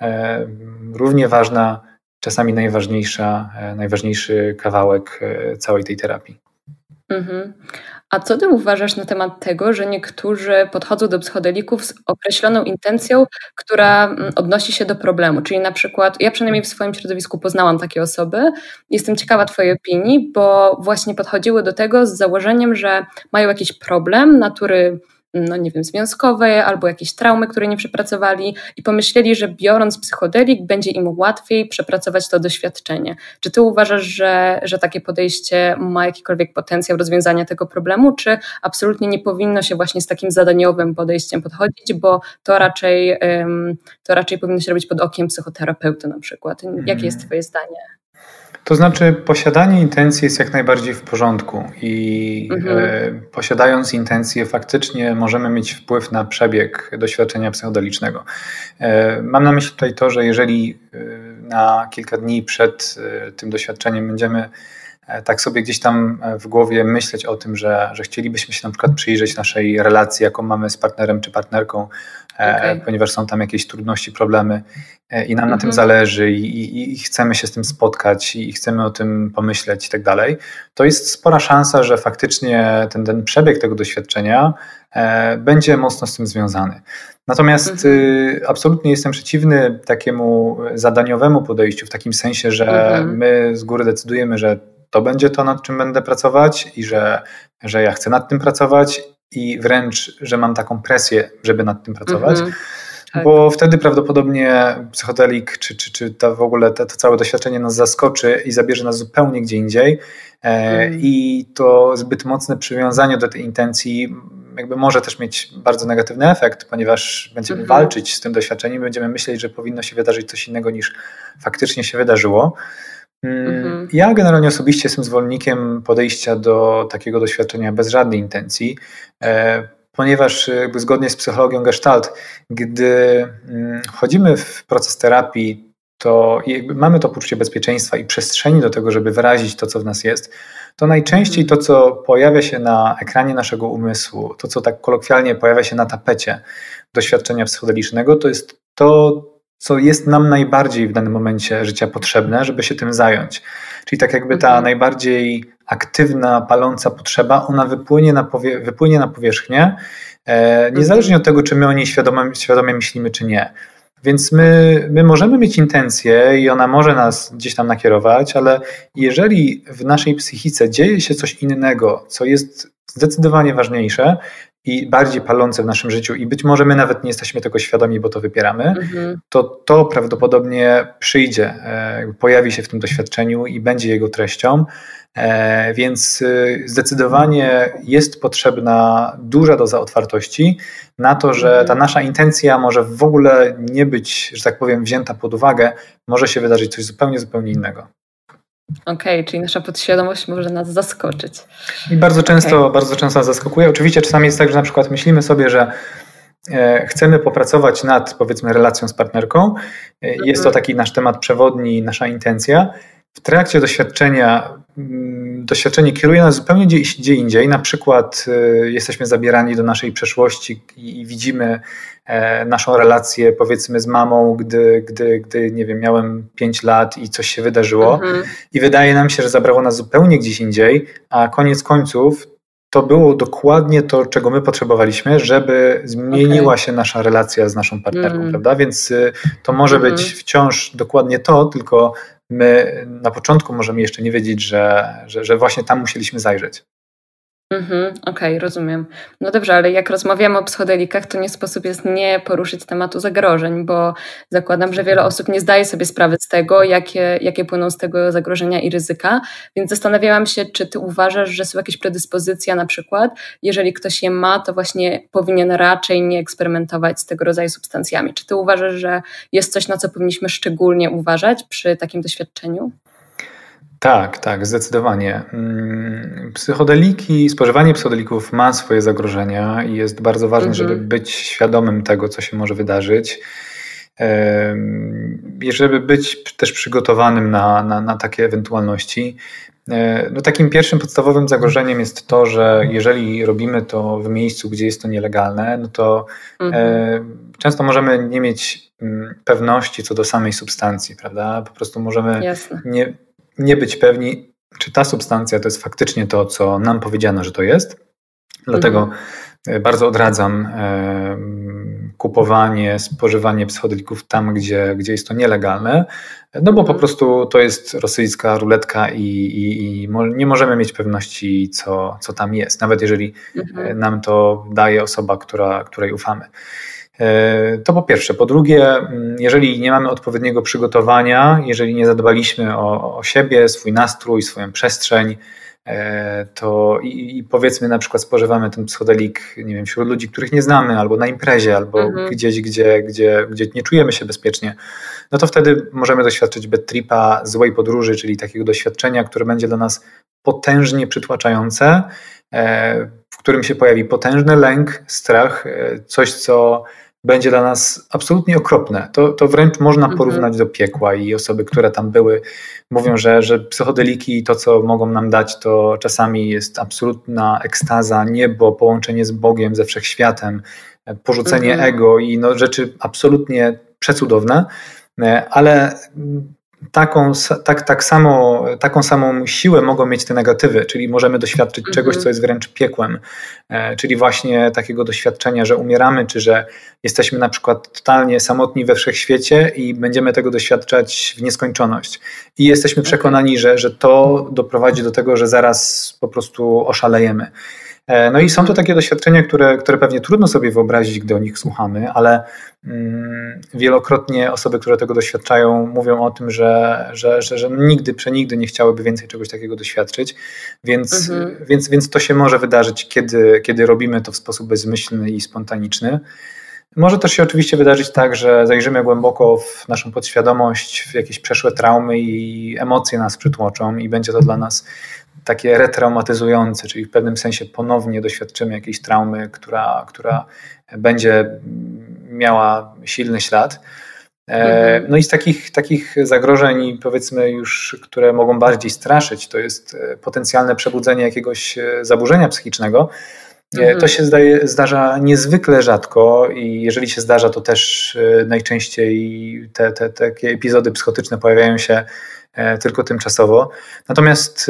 B: E, równie ważna, czasami najważniejsza, e, najważniejszy kawałek e, całej tej terapii.
A: Mhm. A co ty uważasz na temat tego, że niektórzy podchodzą do psychodelików z określoną intencją, która odnosi się do problemu? Czyli na przykład, ja przynajmniej w swoim środowisku poznałam takie osoby. Jestem ciekawa twojej opinii, bo właśnie podchodziły do tego z założeniem, że mają jakiś problem natury, no nie wiem, związkowej albo jakieś traumy, które nie przepracowali i pomyśleli, że biorąc psychodelik będzie im łatwiej przepracować to doświadczenie. Czy ty uważasz, że, że takie podejście ma jakikolwiek potencjał rozwiązania tego problemu, czy absolutnie nie powinno się właśnie z takim zadaniowym podejściem podchodzić, bo to raczej, to raczej powinno się robić pod okiem psychoterapeuty na przykład? Jakie jest twoje zdanie?
B: To znaczy posiadanie intencji jest jak najbardziej w porządku i mhm. e, posiadając intencje faktycznie możemy mieć wpływ na przebieg doświadczenia psychodelicznego. E, mam na myśli tutaj to, że jeżeli e, na kilka dni przed e, tym doświadczeniem będziemy e, tak sobie gdzieś tam w głowie myśleć o tym, że, że chcielibyśmy się na przykład przyjrzeć naszej relacji, jaką mamy z partnerem czy partnerką, Okay. ponieważ są tam jakieś trudności, problemy i nam mm-hmm. na tym zależy i, i, i chcemy się z tym spotkać i chcemy o tym pomyśleć i tak dalej, to jest spora szansa, że faktycznie ten, ten przebieg tego doświadczenia e, będzie mocno z tym związany. Natomiast mm-hmm. y, absolutnie jestem przeciwny takiemu zadaniowemu podejściu w takim sensie, że mm-hmm. my z góry decydujemy, że to będzie to, nad czym będę pracować i że, że ja chcę nad tym pracować i wręcz, że mam taką presję, żeby nad tym pracować, mm-hmm. tak. bo wtedy prawdopodobnie psychodelik czy, czy, czy to w ogóle to, to całe doświadczenie nas zaskoczy i zabierze nas zupełnie gdzie indziej e, mm. i to zbyt mocne przywiązanie do tej intencji jakby może też mieć bardzo negatywny efekt, ponieważ będziemy mm-hmm. walczyć z tym doświadczeniem, będziemy myśleć, że powinno się wydarzyć coś innego niż faktycznie się wydarzyło. Mm-hmm. Ja generalnie osobiście jestem zwolennikiem podejścia do takiego doświadczenia bez żadnej intencji, e, ponieważ jakby zgodnie z psychologią Gestalt, gdy mm, wchodzimy w proces terapii, to jakby mamy to poczucie bezpieczeństwa i przestrzeni do tego, żeby wyrazić to, co w nas jest, to najczęściej to, co pojawia się na ekranie naszego umysłu, to, co tak kolokwialnie pojawia się na tapecie doświadczenia psychodelicznego, to jest to, co jest nam najbardziej w danym momencie życia potrzebne, żeby się tym zająć. Czyli tak jakby ta mhm. najbardziej aktywna, paląca potrzeba, ona wypłynie na, powie- wypłynie na powierzchnię, e, niezależnie od tego, czy my o niej świadomie, świadomie myślimy, czy nie. Więc my, my możemy mieć intencję i ona może nas gdzieś tam nakierować, ale jeżeli w naszej psychice dzieje się coś innego, co jest zdecydowanie ważniejsze i bardziej palące w naszym życiu i być może my nawet nie jesteśmy tego świadomi, bo to wypieramy, mhm. to to prawdopodobnie przyjdzie, pojawi się w tym doświadczeniu i będzie jego treścią, więc zdecydowanie jest potrzebna duża doza otwartości na to, że mhm. ta nasza intencja może w ogóle nie być, że tak powiem, wzięta pod uwagę, może się wydarzyć coś zupełnie, zupełnie innego.
A: Okej, okay, czyli nasza podświadomość może nas zaskoczyć.
B: I bardzo często, okay. bardzo często nas zaskakuje. Oczywiście czasami jest tak, że na przykład myślimy sobie, że e, chcemy popracować nad, powiedzmy, relacją z partnerką. E, jest to taki nasz temat przewodni, nasza intencja. w trakcie doświadczenia doświadczenie kieruje nas zupełnie gdzie, gdzie indziej. Na przykład y, jesteśmy zabierani do naszej przeszłości i, i widzimy e, naszą relację, powiedzmy, z mamą, gdy, gdy, gdy nie wiem, miałem pięć lat i coś się wydarzyło. Mhm. I wydaje nam się, że zabrało nas zupełnie gdzieś indziej, a koniec końców to było dokładnie to, czego my potrzebowaliśmy, żeby zmieniła okay. się nasza relacja z naszą partnerką, mm. prawda? Więc y, to może mm. być wciąż dokładnie to, tylko my na początku możemy jeszcze nie wiedzieć, że, że, że właśnie tam musieliśmy zajrzeć.
A: Mhm, okej, okay, rozumiem. No dobrze, ale jak rozmawiamy o psychodelikach, to nie sposób jest nie poruszyć tematu zagrożeń, bo zakładam, że wiele osób nie zdaje sobie sprawy z tego, jakie, jakie płyną z tego zagrożenia i ryzyka, więc zastanawiałam się, czy ty uważasz, że są jakieś predyspozycje na przykład, jeżeli ktoś je ma, to właśnie powinien raczej nie eksperymentować z tego rodzaju substancjami. Czy ty uważasz, że jest coś, na co powinniśmy szczególnie uważać przy takim doświadczeniu?
B: Tak, tak, zdecydowanie. Psychodeliki, spożywanie psychodelików ma swoje zagrożenia i jest bardzo ważne, mhm. żeby być świadomym tego, co się może wydarzyć. I żeby być też przygotowanym na, na, na takie ewentualności. No, takim pierwszym podstawowym zagrożeniem jest to, że jeżeli robimy to w miejscu, gdzie jest to nielegalne, no to mhm. często możemy nie mieć pewności co do samej substancji, prawda? Po prostu możemy Jasne. nie nie być pewni, czy ta substancja to jest faktycznie to, co nam powiedziano, że to jest. Dlatego mhm. bardzo odradzam e, kupowanie, spożywanie psychodelików tam, gdzie, gdzie jest to nielegalne, no bo mhm. po prostu to jest rosyjska ruletka i, i, i nie możemy mieć pewności, co, co tam jest, nawet jeżeli mhm. nam to daje osoba, która, której ufamy. To po pierwsze. Po drugie, jeżeli nie mamy odpowiedniego przygotowania, jeżeli nie zadbaliśmy o, o siebie, swój nastrój, swoją przestrzeń, to i, i powiedzmy na przykład spożywamy ten psychodelik, nie wiem, wśród ludzi, których nie znamy, albo na imprezie, albo mhm. gdzieś, gdzie, gdzie, gdzie nie czujemy się bezpiecznie, no to wtedy możemy doświadczyć bad tripa, złej podróży, czyli takiego doświadczenia, które będzie dla nas potężnie przytłaczające, w którym się pojawi potężny lęk, strach, coś, co będzie dla nas absolutnie okropne. To, to wręcz można porównać mhm. do piekła i osoby, które tam były, mówią, że, że psychodeliki, to co mogą nam dać, to czasami jest absolutna ekstaza, niebo, połączenie z Bogiem, ze wszechświatem, porzucenie mhm. ego i no, rzeczy absolutnie przecudowne, ale Taką, tak, tak samo, taką samą siłę mogą mieć te negatywy, czyli możemy doświadczyć mhm. czegoś, co jest wręcz piekłem, e, czyli właśnie takiego doświadczenia, że umieramy, czy że jesteśmy na przykład totalnie samotni we wszechświecie i będziemy tego doświadczać w nieskończoność. I jesteśmy przekonani, okay. że, że to doprowadzi do tego, że zaraz po prostu oszalejemy. No i są to takie doświadczenia, które, które pewnie trudno sobie wyobrazić, gdy o nich słuchamy, ale mm, wielokrotnie osoby, które tego doświadczają, mówią o tym, że, że, że, że nigdy, przenigdy nie chciałyby więcej czegoś takiego doświadczyć, więc, mhm. więc, więc to się może wydarzyć, kiedy, kiedy robimy to w sposób bezmyślny i spontaniczny. Może też się oczywiście wydarzyć tak, że zajrzymy głęboko w naszą podświadomość, w jakieś przeszłe traumy i emocje nas przytłoczą i będzie to dla nas takie retraumatyzujące, czyli w pewnym sensie ponownie doświadczymy jakiejś traumy, która, która będzie miała silny ślad. Mhm. No i z takich, takich zagrożeń, powiedzmy już, które mogą bardziej straszyć, to jest potencjalne przebudzenie jakiegoś zaburzenia psychicznego. Mhm. To się zdaje, zdarza niezwykle rzadko i jeżeli się zdarza, to też najczęściej te, te, te takie epizody psychotyczne pojawiają się tylko tymczasowo. Natomiast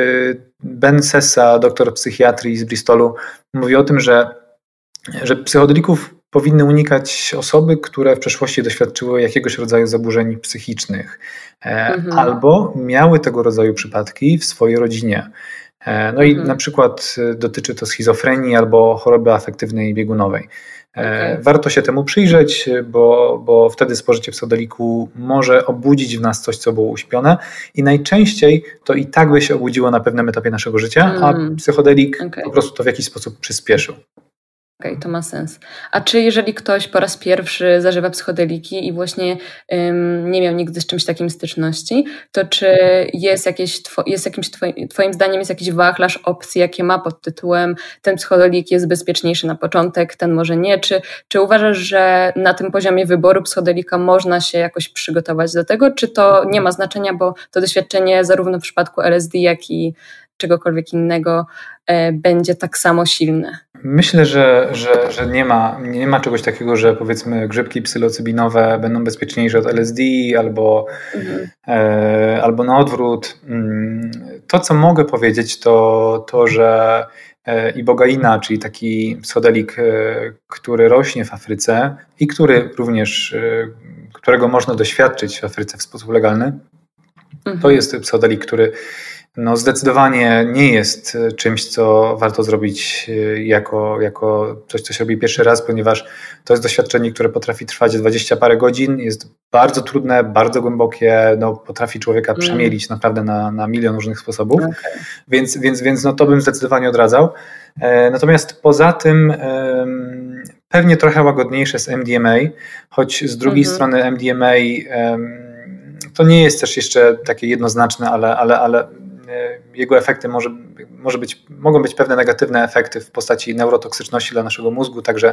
B: Ben Sessa, doktor psychiatrii z Bristolu, mówi o tym, że, że psychodelików powinny unikać osoby, które w przeszłości doświadczyły jakiegoś rodzaju zaburzeń psychicznych mhm. albo miały tego rodzaju przypadki w swojej rodzinie. No i mhm. na przykład dotyczy to schizofrenii albo choroby afektywnej biegunowej. Okay. Warto się temu przyjrzeć, bo, bo wtedy spożycie psychodeliku może obudzić w nas coś, co było uśpione i najczęściej to i tak by się obudziło na pewnym etapie naszego życia, mm. a psychodelik okay. po prostu to w jakiś sposób przyspieszył.
A: Okej, okay, to ma sens. A czy jeżeli ktoś po raz pierwszy zażywa psychodeliki i właśnie um, nie miał nigdy z czymś takim styczności, to czy jest, jakieś two, jest jakimś twoim, twoim zdaniem jest jakiś wachlarz opcji, jakie ma pod tytułem ten psychodelik jest bezpieczniejszy na początek, ten może nie? Czy, czy uważasz, że na tym poziomie wyboru psychodelika można się jakoś przygotować do tego, czy to nie ma znaczenia, bo to doświadczenie zarówno w przypadku L S D, jak i czegokolwiek innego e, będzie tak samo silne?
B: Myślę, że, że, że nie ma, nie ma czegoś takiego, że powiedzmy grzybki psylocybinowe będą bezpieczniejsze od L S D albo, mhm. e, albo na odwrót. To, co mogę powiedzieć, to to, że e, ibogaina, czyli taki psychodelik, e, który rośnie w Afryce i który również, e, którego można doświadczyć w Afryce w sposób legalny, mhm. to jest psychodelik, który no zdecydowanie nie jest czymś, co warto zrobić jako, jako coś, co się robi pierwszy raz, ponieważ to jest doświadczenie, które potrafi trwać dwadzieścia parę godzin, jest bardzo trudne, bardzo głębokie, no, potrafi człowieka mm. przemielić naprawdę na, na milion różnych sposobów, okay. więc, więc, więc no, to bym zdecydowanie odradzał. E, natomiast poza tym e, pewnie trochę łagodniejsze jest M D M A, choć z drugiej mm-hmm. strony M D M A e, to nie jest też jeszcze takie jednoznaczne, ale, ale, ale jego efekty może, może być, mogą być pewne negatywne efekty w postaci neurotoksyczności dla naszego mózgu, także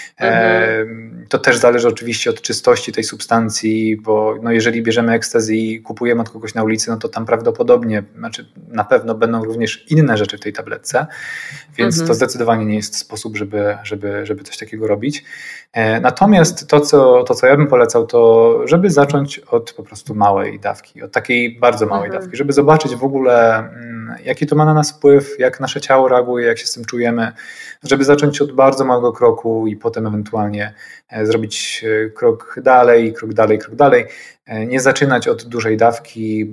B: mhm. e, to też zależy oczywiście od czystości tej substancji, bo no jeżeli bierzemy ekstazy i kupujemy od kogoś na ulicy, no to tam prawdopodobnie, znaczy na pewno będą również inne rzeczy w tej tabletce, więc mhm. to zdecydowanie nie jest sposób, żeby, żeby, żeby coś takiego robić. E, natomiast to co, to, co ja bym polecał, to żeby zacząć od po prostu małej dawki, od takiej bardzo małej mhm. dawki, żeby zobaczyć w ogóle jaki to ma na nas wpływ, jak nasze ciało reaguje, jak się z tym czujemy, żeby zacząć od bardzo małego kroku i potem ewentualnie zrobić krok dalej, krok dalej, krok dalej. Nie zaczynać od dużej dawki,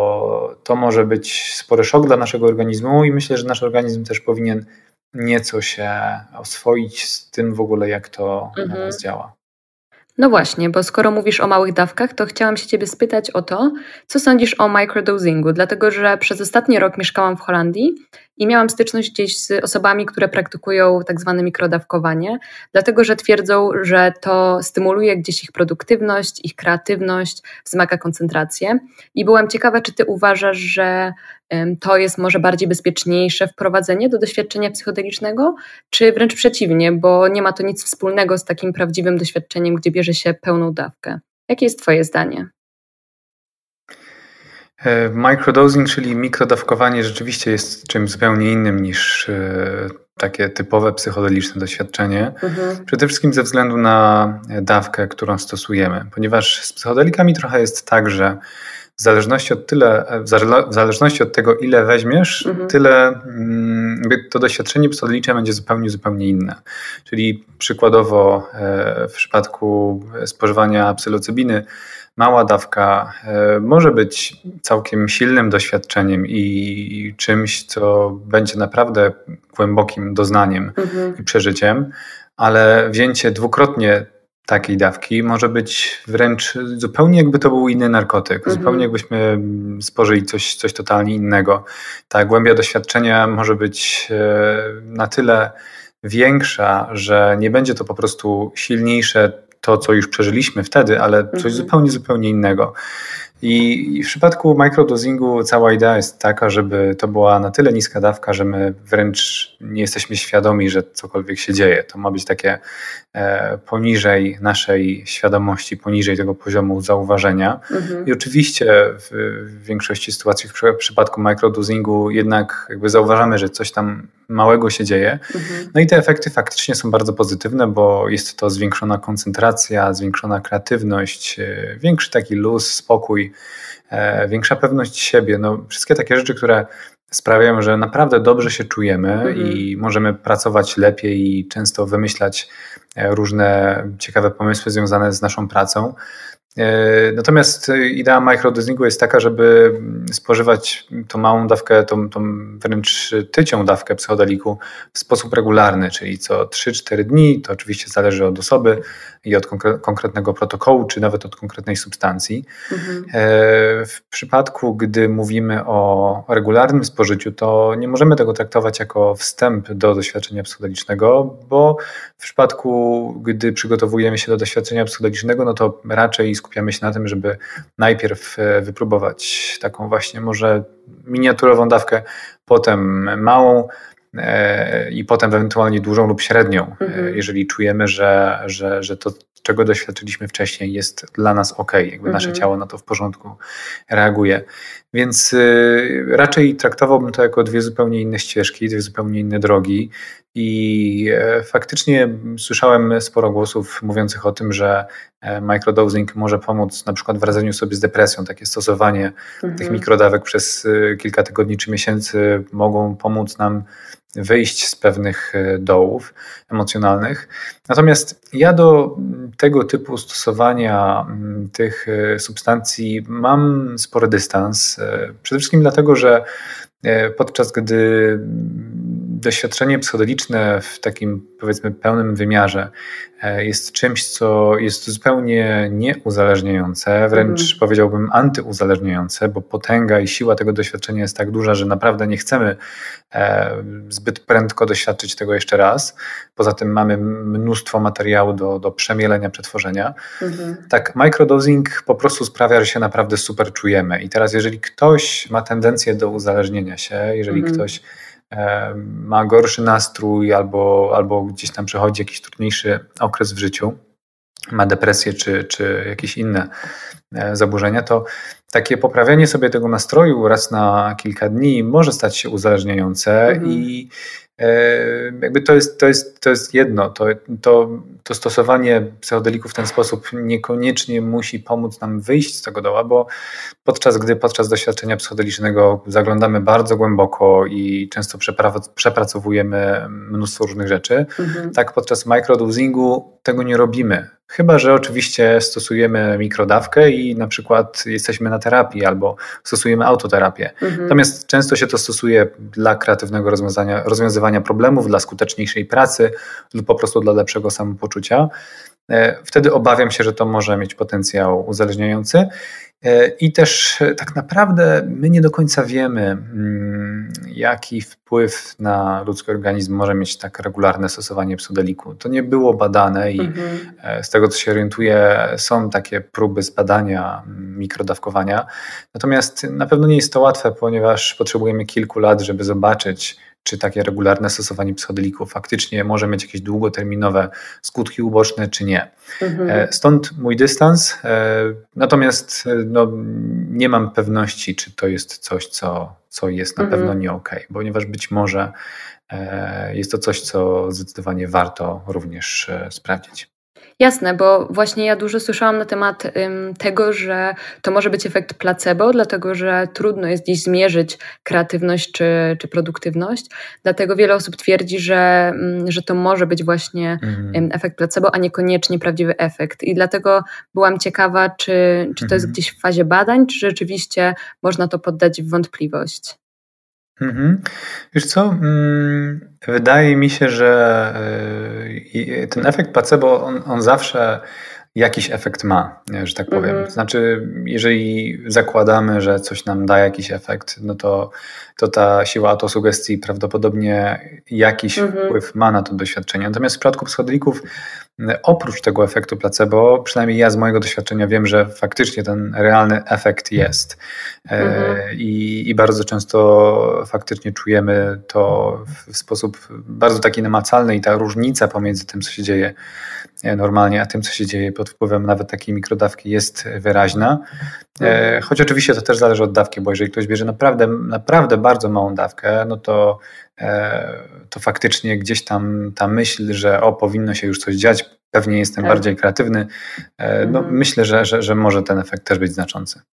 B: bo to może być spory szok dla naszego organizmu i myślę, że nasz organizm też powinien nieco się oswoić z tym w ogóle, jak to mhm. na nas działa.
A: No właśnie, bo skoro mówisz o małych dawkach, to chciałam się Ciebie spytać o to, co sądzisz o microdosingu, dlatego że przez ostatni rok mieszkałam w Holandii i miałam styczność gdzieś z osobami, które praktykują tak zwane mikrodawkowanie, dlatego że twierdzą, że to stymuluje gdzieś ich produktywność, ich kreatywność, wzmaga koncentrację. I byłam ciekawa, czy Ty uważasz, że to jest może bardziej bezpieczniejsze wprowadzenie do doświadczenia psychodelicznego, czy wręcz przeciwnie, bo nie ma to nic wspólnego z takim prawdziwym doświadczeniem, gdzie bierze się pełną dawkę. Jakie jest Twoje zdanie?
B: Microdosing, czyli mikrodawkowanie, rzeczywiście jest czymś zupełnie innym niż takie typowe psychodeliczne doświadczenie. Mhm. Przede wszystkim ze względu na dawkę, którą stosujemy, ponieważ z psychodelikami trochę jest tak, że w zależności od tyle, w zależności od tego, ile weźmiesz, mhm. tyle to doświadczenie psychodeliczne będzie zupełnie, zupełnie inne. Czyli przykładowo w przypadku spożywania psylocybiny mała dawka może być całkiem silnym doświadczeniem i czymś, co będzie naprawdę głębokim doznaniem mhm. i przeżyciem, ale wzięcie dwukrotnie takiej dawki może być wręcz zupełnie jakby to był inny narkotyk, mhm. zupełnie jakbyśmy spożyli coś, coś totalnie innego. Ta głębia doświadczenia może być na tyle większa, że nie będzie to po prostu silniejsze to, co już przeżyliśmy wtedy, ale coś mhm. zupełnie, zupełnie innego. I, I w przypadku microdosingu cała idea jest taka, żeby to była na tyle niska dawka, że my wręcz nie jesteśmy świadomi, że cokolwiek się dzieje. To ma być takie e, poniżej naszej świadomości, poniżej tego poziomu zauważenia. Mhm. I oczywiście w, w większości sytuacji w, przy, w przypadku microdosingu jednak jakby zauważamy, że coś tam małego się dzieje. Mhm. No i te efekty faktycznie są bardzo pozytywne, bo jest to zwiększona koncentracja, zwiększona kreatywność, e, większy taki luz, spokój, e, większa pewność siebie. No, wszystkie takie rzeczy, które sprawiają, że naprawdę dobrze się czujemy mhm. i możemy pracować lepiej i często wymyślać różne ciekawe pomysły związane z naszą pracą. Natomiast idea microdosingu jest taka, żeby spożywać tą małą dawkę, tą, tą wręcz tycią dawkę psychodeliku w sposób regularny, czyli co trzy cztery dni, to oczywiście zależy od osoby i od konkretnego protokołu, czy nawet od konkretnej substancji. Mhm. W przypadku, gdy mówimy o regularnym spożyciu, to nie możemy tego traktować jako wstęp do doświadczenia psychodelicznego, bo w przypadku, gdy przygotowujemy się do doświadczenia psychodelicznego, no to raczej skupiamy się na tym, żeby najpierw wypróbować taką właśnie może miniaturową dawkę, potem małą i potem ewentualnie dużą lub średnią, mhm. jeżeli czujemy, że, że, że to, czego doświadczyliśmy wcześniej, jest dla nas ok, jakby mhm. nasze ciało na to w porządku reaguje. Więc y, raczej traktowałbym to jako dwie zupełnie inne ścieżki, dwie zupełnie inne drogi i e, faktycznie słyszałem sporo głosów mówiących o tym, że e, microdosing może pomóc na przykład w radzeniu sobie z depresją. Takie stosowanie mhm. tych mikrodawek przez y, kilka tygodni czy miesięcy mogą pomóc nam wyjść z pewnych dołów emocjonalnych. Natomiast ja do tego typu stosowania tych substancji mam spory dystans. Przede wszystkim dlatego, że podczas gdy doświadczenie psychodeliczne w takim, powiedzmy, pełnym wymiarze jest czymś, co jest zupełnie nieuzależniające, wręcz mm. powiedziałbym antyuzależniające, bo potęga i siła tego doświadczenia jest tak duża, że naprawdę nie chcemy zbyt prędko doświadczyć tego jeszcze raz. Poza tym mamy mnóstwo materiału do, do przemielenia, przetworzenia. Mm-hmm. Tak, microdosing po prostu sprawia, że się naprawdę super czujemy. I teraz jeżeli ktoś ma tendencję do uzależnienia się, jeżeli mm-hmm. ktoś ma gorszy nastrój albo, albo gdzieś tam przechodzi jakiś trudniejszy okres w życiu, ma depresję czy, czy jakieś inne zaburzenia, to takie poprawianie sobie tego nastroju raz na kilka dni może stać się uzależniające mhm. i jakby to jest, to jest, to jest jedno, to, to, to stosowanie psychodeliku w ten sposób niekoniecznie musi pomóc nam wyjść z tego doła, bo podczas gdy podczas doświadczenia psychodelicznego zaglądamy bardzo głęboko i często przepra- przepracowujemy mnóstwo różnych rzeczy, mhm. tak podczas microdosingu tego nie robimy. Chyba że oczywiście stosujemy mikrodawkę i na przykład jesteśmy na terapii albo stosujemy autoterapię. Mhm. Natomiast często się to stosuje dla kreatywnego rozwiązania, rozwiązywania problemów, dla skuteczniejszej pracy lub po prostu dla lepszego samopoczucia. Wtedy obawiam się, że to może mieć potencjał uzależniający. I też tak naprawdę my nie do końca wiemy, jaki wpływ na ludzki organizm może mieć tak regularne stosowanie psychodeliku. To nie było badane i mhm. z tego, co się orientuję, są takie próby zbadania mikrodawkowania. Natomiast na pewno nie jest to łatwe, ponieważ potrzebujemy kilku lat, żeby zobaczyć, czy takie regularne stosowanie psychodeliku faktycznie może mieć jakieś długoterminowe skutki uboczne, czy nie. Mhm. Stąd mój dystans. Natomiast no, nie mam pewności, czy to jest coś, co, co jest na mhm. pewno nie okej, okay, ponieważ być może jest to coś, co zdecydowanie warto również sprawdzić.
A: Jasne, bo właśnie ja dużo słyszałam na temat ym, tego, że to może być efekt placebo, dlatego że trudno jest dziś zmierzyć kreatywność czy, czy produktywność. Dlatego wiele osób twierdzi, że, ym, że to może być właśnie mm. ym, efekt placebo, a niekoniecznie prawdziwy efekt. I dlatego byłam ciekawa, czy, czy to jest mm. gdzieś w fazie badań, czy rzeczywiście można to poddać w wątpliwość.
B: Mhm. Wiesz co, wydaje mi się, że ten efekt placebo, on, on zawsze jakiś efekt ma, że tak powiem. Mhm. To znaczy, jeżeli zakładamy, że coś nam da jakiś efekt, no to, to ta siła autosugestii prawdopodobnie jakiś mhm. wpływ ma na to doświadczenie. Natomiast w przypadku psychodelików, oprócz tego efektu placebo, przynajmniej ja z mojego doświadczenia wiem, że faktycznie ten realny efekt jest. Mhm. I, I bardzo często faktycznie czujemy to w sposób bardzo taki namacalny i ta różnica pomiędzy tym, co się dzieje normalnie, a tym, co się dzieje pod wpływem nawet takiej mikrodawki, jest wyraźna. Mhm. Choć oczywiście to też zależy od dawki, bo jeżeli ktoś bierze naprawdę, naprawdę bardzo małą dawkę, no to to faktycznie gdzieś tam ta myśl, że o, powinno się już coś dziać, pewnie jestem tak. bardziej kreatywny, no mhm. myślę, że, że, że może ten efekt też być znaczący.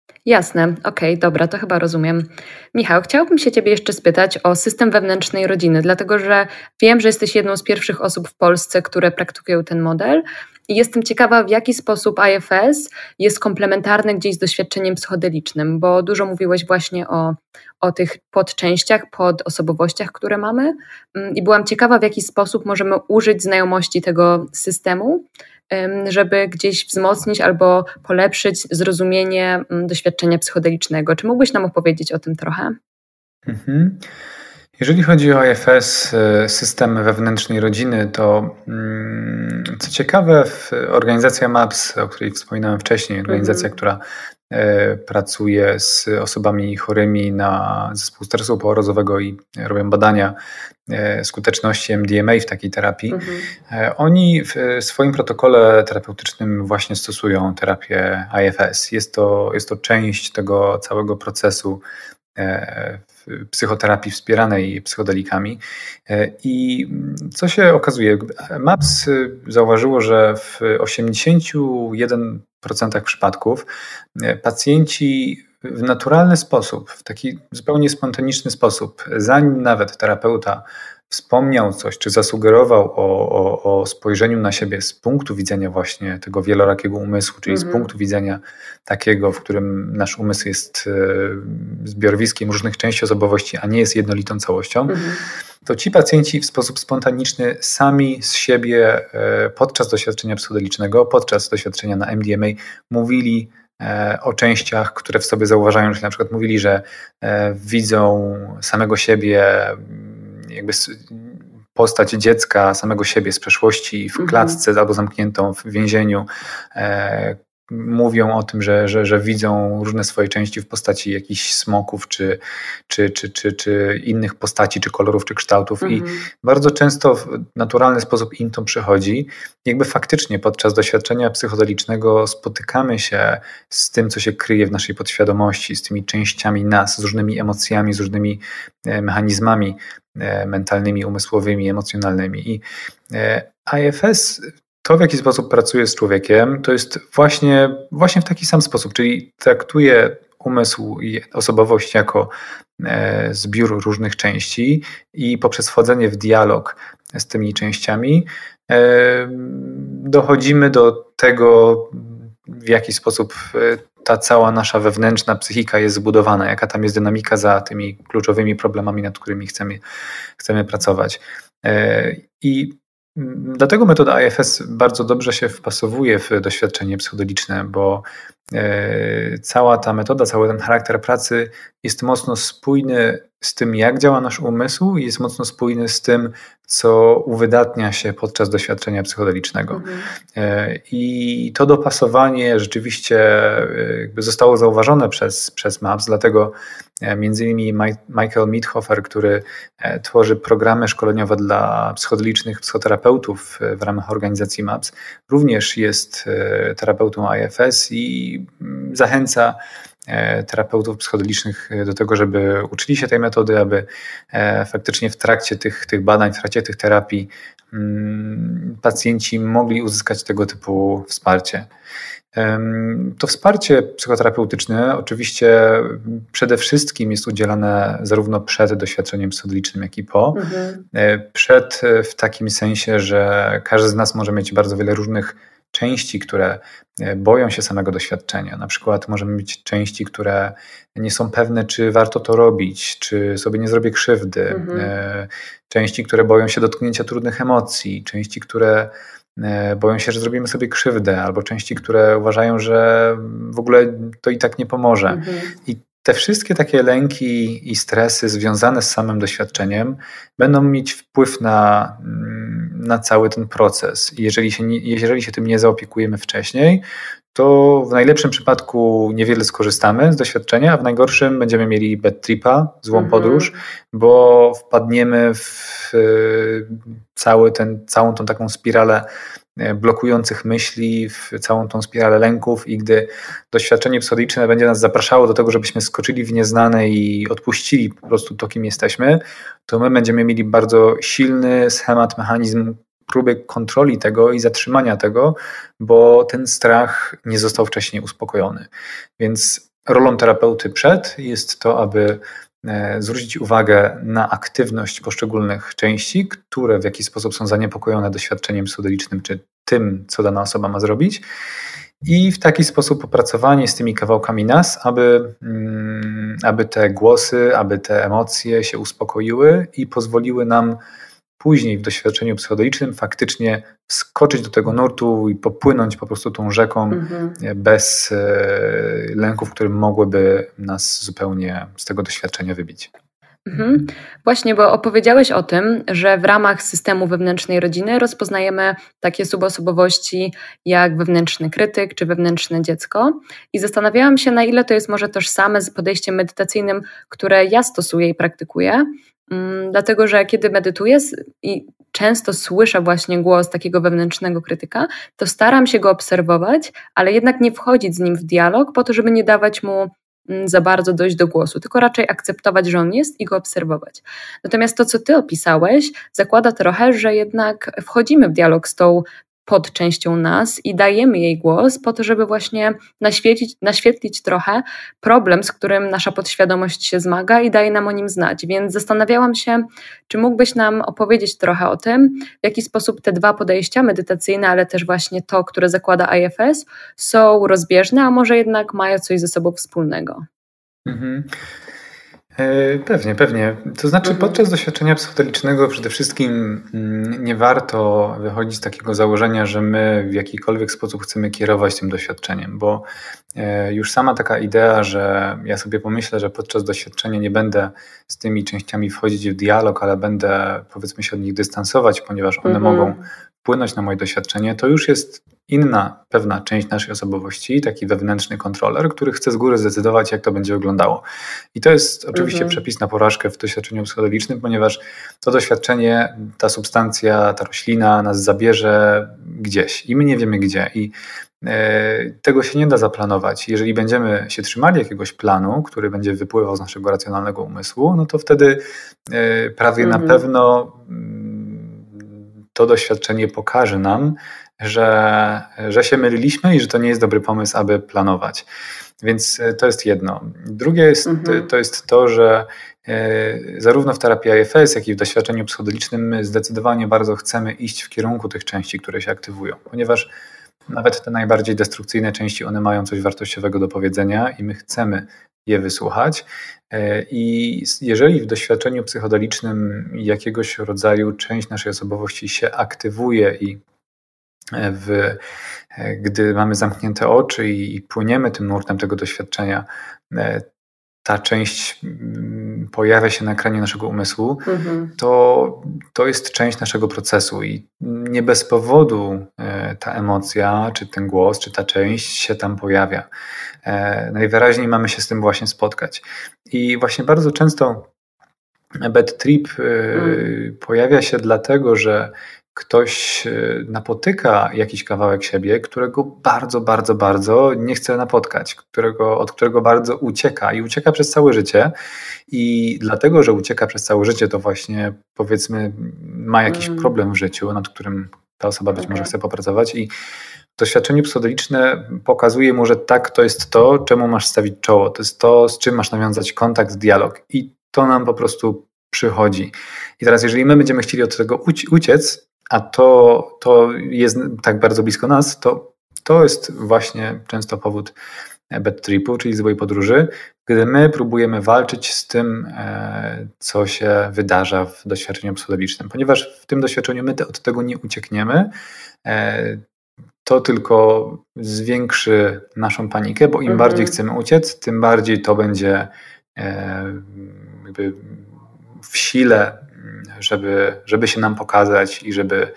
A: Jasne, okej, dobra, to chyba rozumiem. Michał, chciałabym się Ciebie jeszcze spytać o system wewnętrznej rodziny, dlatego że wiem, że jesteś jedną z pierwszych osób w Polsce, które praktykują ten model i jestem ciekawa, w jaki sposób I F S jest komplementarny gdzieś z doświadczeniem psychodelicznym, bo dużo mówiłeś właśnie o, o tych podczęściach, podosobowościach, które mamy mm, i byłam ciekawa, w jaki sposób możemy użyć znajomości tego systemu, żeby gdzieś wzmocnić albo polepszyć zrozumienie doświadczenia psychodelicznego. Czy mógłbyś nam opowiedzieć o tym trochę?
B: Mhm. Jeżeli chodzi o I F S, system wewnętrznej rodziny, to co ciekawe, organizacja MAPS, o której wspominałem wcześniej, organizacja, mhm. która pracuje z osobami chorymi na zespół stresu pourazowego i robią badania skuteczności M D M A w takiej terapii. Mhm. Oni w swoim protokole terapeutycznym właśnie stosują terapię I F S. Jest to, jest to część tego całego procesu psychoterapii wspieranej psychodelikami. I co się okazuje? MAPS zauważyło, że w osiemdziesiąt jeden procent przypadków pacjenci w naturalny sposób, w taki zupełnie spontaniczny sposób, zanim nawet terapeuta wspomniał coś, czy zasugerował o, o, o spojrzeniu na siebie z punktu widzenia właśnie tego wielorakiego umysłu, czyli mhm. z punktu widzenia takiego, w którym nasz umysł jest zbiorowiskiem różnych części osobowości, a nie jest jednolitą całością, mhm. to ci pacjenci w sposób spontaniczny sami z siebie podczas doświadczenia psychodelicznego, podczas doświadczenia na M D M A mówili o częściach, które w sobie zauważają, czyli na przykład mówili, że widzą samego siebie, jakby postać dziecka, samego siebie z przeszłości w klatce mhm. albo zamkniętą w więzieniu. Mówią o tym, że, że, że widzą różne swoje części w postaci jakichś smoków, czy, czy, czy, czy, czy innych postaci, czy kolorów, czy kształtów. Mhm. I bardzo często w naturalny sposób im to przychodzi. Jakby faktycznie podczas doświadczenia psychodelicznego spotykamy się z tym, co się kryje w naszej podświadomości, z tymi częściami nas, z różnymi emocjami, z różnymi mechanizmami mentalnymi, umysłowymi, emocjonalnymi. I I F S, to w jaki sposób pracuje z człowiekiem, to jest właśnie, właśnie w taki sam sposób, czyli traktuje umysł i osobowość jako zbiór różnych części i poprzez wchodzenie w dialog z tymi częściami dochodzimy do tego, w jaki sposób ta cała nasza wewnętrzna psychika jest zbudowana, jaka tam jest dynamika za tymi kluczowymi problemami, nad którymi chcemy, chcemy pracować. I dlatego metoda I F S bardzo dobrze się wpasowuje w doświadczenie psychodeliczne, bo cała ta metoda, cały ten charakter pracy jest mocno spójny z tym, jak działa nasz umysł i jest mocno spójny z tym, co uwydatnia się podczas doświadczenia psychodelicznego. Mhm. I to dopasowanie rzeczywiście jakby zostało zauważone przez, przez MAPS, dlatego między innymi Michael Mithofer, który tworzy programy szkoleniowe dla psychodelicznych psychoterapeutów w ramach organizacji MAPS, również jest terapeutą I F S i zachęca terapeutów psychodelicznych do tego, żeby uczyli się tej metody, aby faktycznie w trakcie tych, tych badań, w trakcie tych terapii pacjenci mogli uzyskać tego typu wsparcie. To wsparcie psychoterapeutyczne oczywiście przede wszystkim jest udzielane zarówno przed doświadczeniem psychodelicznym, jak i po. Mhm. Przed w takim sensie, że każdy z nas może mieć bardzo wiele różnych części, które boją się samego doświadczenia. Na przykład możemy mieć części, które nie są pewne, czy warto to robić, czy sobie nie zrobię krzywdy. Mhm. Części, które boją się dotknięcia trudnych emocji. Części, które boją się, że zrobimy sobie krzywdę, albo części, które uważają, że w ogóle to i tak nie pomoże. Mhm. I te wszystkie takie lęki i stresy związane z samym doświadczeniem będą mieć wpływ na, na cały ten proces. I jeżeli się, nie, jeżeli się tym nie zaopiekujemy wcześniej, to w najlepszym przypadku niewiele skorzystamy z doświadczenia, a w najgorszym będziemy mieli bad tripa, złą mhm. podróż, bo wpadniemy w cały ten, całą tą taką spiralę blokujących myśli, w całą tą spiralę lęków i gdy doświadczenie psychodeliczne będzie nas zapraszało do tego, żebyśmy skoczyli w nieznane i odpuścili po prostu to, kim jesteśmy, to my będziemy mieli bardzo silny schemat, mechanizm próby kontroli tego i zatrzymania tego, bo ten strach nie został wcześniej uspokojony. Więc rolą terapeuty przed jest to, aby zwrócić uwagę na aktywność poszczególnych części, które w jakiś sposób są zaniepokojone doświadczeniem psychodelicznym, czy tym, co dana osoba ma zrobić, i w taki sposób opracowanie z tymi kawałkami nas, aby, aby te głosy, aby te emocje się uspokoiły i pozwoliły nam później w doświadczeniu psychodelicznym faktycznie wskoczyć do tego nurtu i popłynąć po prostu tą rzeką mhm. bez lęków, które mogłyby nas zupełnie z tego doświadczenia wybić.
A: Mhm. Właśnie, bo opowiedziałeś o tym, że w ramach systemu wewnętrznej rodziny rozpoznajemy takie subosobowości jak wewnętrzny krytyk czy wewnętrzne dziecko i zastanawiałam się, na ile to jest może tożsame z podejściem medytacyjnym, które ja stosuję i praktykuję, um, dlatego że kiedy medytuję i często słyszę właśnie głos takiego wewnętrznego krytyka, to staram się go obserwować, ale jednak nie wchodzić z nim w dialog po to, żeby nie dawać mu za bardzo dojść do głosu, tylko raczej akceptować, że on jest i go obserwować. Natomiast to, co ty opisałeś, zakłada trochę, że jednak wchodzimy w dialog z tą podczęścią nas i dajemy jej głos po to, żeby właśnie naświetlić, naświetlić trochę problem, z którym nasza podświadomość się zmaga i daje nam o nim znać. Więc zastanawiałam się, czy mógłbyś nam opowiedzieć trochę o tym, w jaki sposób te dwa podejścia, medytacyjne, ale też właśnie to, które zakłada I F S, są rozbieżne, a może jednak mają coś ze sobą wspólnego.
B: Mhm. Pewnie, pewnie. To znaczy mhm. podczas doświadczenia psychodelicznego przede wszystkim nie warto wychodzić z takiego założenia, że my w jakikolwiek sposób chcemy kierować tym doświadczeniem, bo już sama taka idea, że ja sobie pomyślę, że podczas doświadczenia nie będę z tymi częściami wchodzić w dialog, ale będę, powiedzmy, się od nich dystansować, ponieważ one mhm. mogą wpłynąć na moje doświadczenie, to już jest inna pewna część naszej osobowości, taki wewnętrzny kontroler, który chce z góry zdecydować, jak to będzie wyglądało. I to jest oczywiście mhm. przepis na porażkę w doświadczeniu psychodelicznym, ponieważ to doświadczenie, ta substancja, ta roślina nas zabierze gdzieś i my nie wiemy gdzie. I e, tego się nie da zaplanować. Jeżeli będziemy się trzymali jakiegoś planu, który będzie wypływał z naszego racjonalnego umysłu, no to wtedy e, prawie mhm. na pewno to doświadczenie pokaże nam, że, że się myliliśmy i że to nie jest dobry pomysł, aby planować. Więc to jest jedno. Drugie jest, mhm. to jest to, że zarówno w terapii I F S, jak i w doświadczeniu psychodelicznym my zdecydowanie bardzo chcemy iść w kierunku tych części, które się aktywują, ponieważ nawet te najbardziej destrukcyjne części, one mają coś wartościowego do powiedzenia i my chcemy je wysłuchać. I jeżeli w doświadczeniu psychodelicznym jakiegoś rodzaju część naszej osobowości się aktywuje i w, gdy mamy zamknięte oczy i płyniemy tym nurtem tego doświadczenia, ta część pojawia się na ekranie naszego umysłu, mhm. to, to jest część naszego procesu i nie bez powodu ta emocja, czy ten głos, czy ta część się tam pojawia. Najwyraźniej mamy się z tym właśnie spotkać. I właśnie bardzo często bad trip mhm. pojawia się dlatego, że ktoś napotyka jakiś kawałek siebie, którego bardzo, bardzo, bardzo nie chce napotkać, którego, od którego bardzo ucieka i ucieka przez całe życie. I dlatego, że ucieka przez całe życie, to właśnie, powiedzmy, ma jakiś mm. problem w życiu, nad którym ta osoba być okay. może chce popracować i doświadczenie psychodeliczne pokazuje mu, że tak, to jest to, czemu masz stawić czoło, to jest to, z czym masz nawiązać kontakt, dialog i to nam po prostu przychodzi. I teraz, jeżeli my będziemy chcieli od tego uciec, a to, to jest tak bardzo blisko nas, to, to jest właśnie często powód bad tripu, czyli złej podróży, gdy my próbujemy walczyć z tym, co się wydarza w doświadczeniu psychodelicznym. Ponieważ w tym doświadczeniu my od tego nie uciekniemy, to tylko zwiększy naszą panikę, bo im mhm. bardziej chcemy uciec, tym bardziej to będzie jakby w sile, żeby, żeby się nam pokazać i żeby,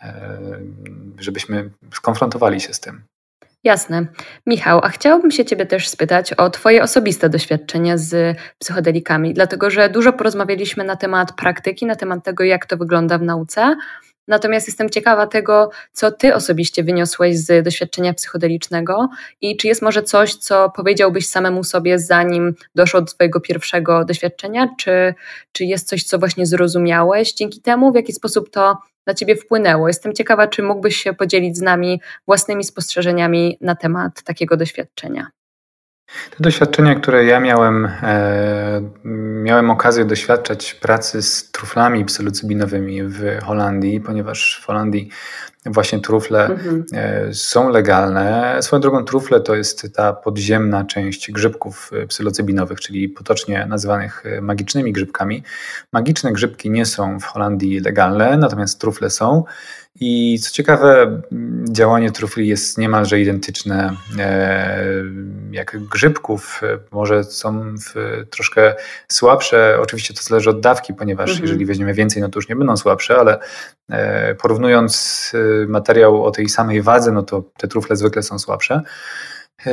B: żebyśmy skonfrontowali się z tym.
A: Jasne. Michał, a chciałabym się Ciebie też spytać o Twoje osobiste doświadczenia z psychodelikami, dlatego że dużo porozmawialiśmy na temat praktyki, na temat tego, jak to wygląda w nauce. Natomiast jestem ciekawa tego, co Ty osobiście wyniosłeś z doświadczenia psychodelicznego i czy jest może coś, co powiedziałbyś samemu sobie, zanim doszło do Twojego pierwszego doświadczenia, czy, czy jest coś, co właśnie zrozumiałeś dzięki temu, w jaki sposób to na Ciebie wpłynęło. Jestem ciekawa, czy mógłbyś się podzielić z nami własnymi spostrzeżeniami na temat takiego doświadczenia.
B: Te doświadczenia, które ja miałem, e, miałem okazję doświadczać pracy z truflami psylocybinowymi w Holandii, ponieważ w Holandii właśnie trufle
A: Mhm.
B: e, są legalne. Swoją drogą trufle to jest ta podziemna część grzybków e, psylocybinowych, czyli potocznie nazywanych e, magicznymi grzybkami. Magiczne grzybki nie są w Holandii legalne, natomiast trufle są. I co ciekawe, m, działanie trufli jest niemalże identyczne e, jak grzybków. E, Może są w, troszkę słabsze. Oczywiście to zależy od dawki, ponieważ
A: Mhm.
B: jeżeli weźmiemy więcej, no to już nie będą słabsze, ale e, porównując e, materiał o tej samej wadze, no to te trufle zwykle są słabsze. E,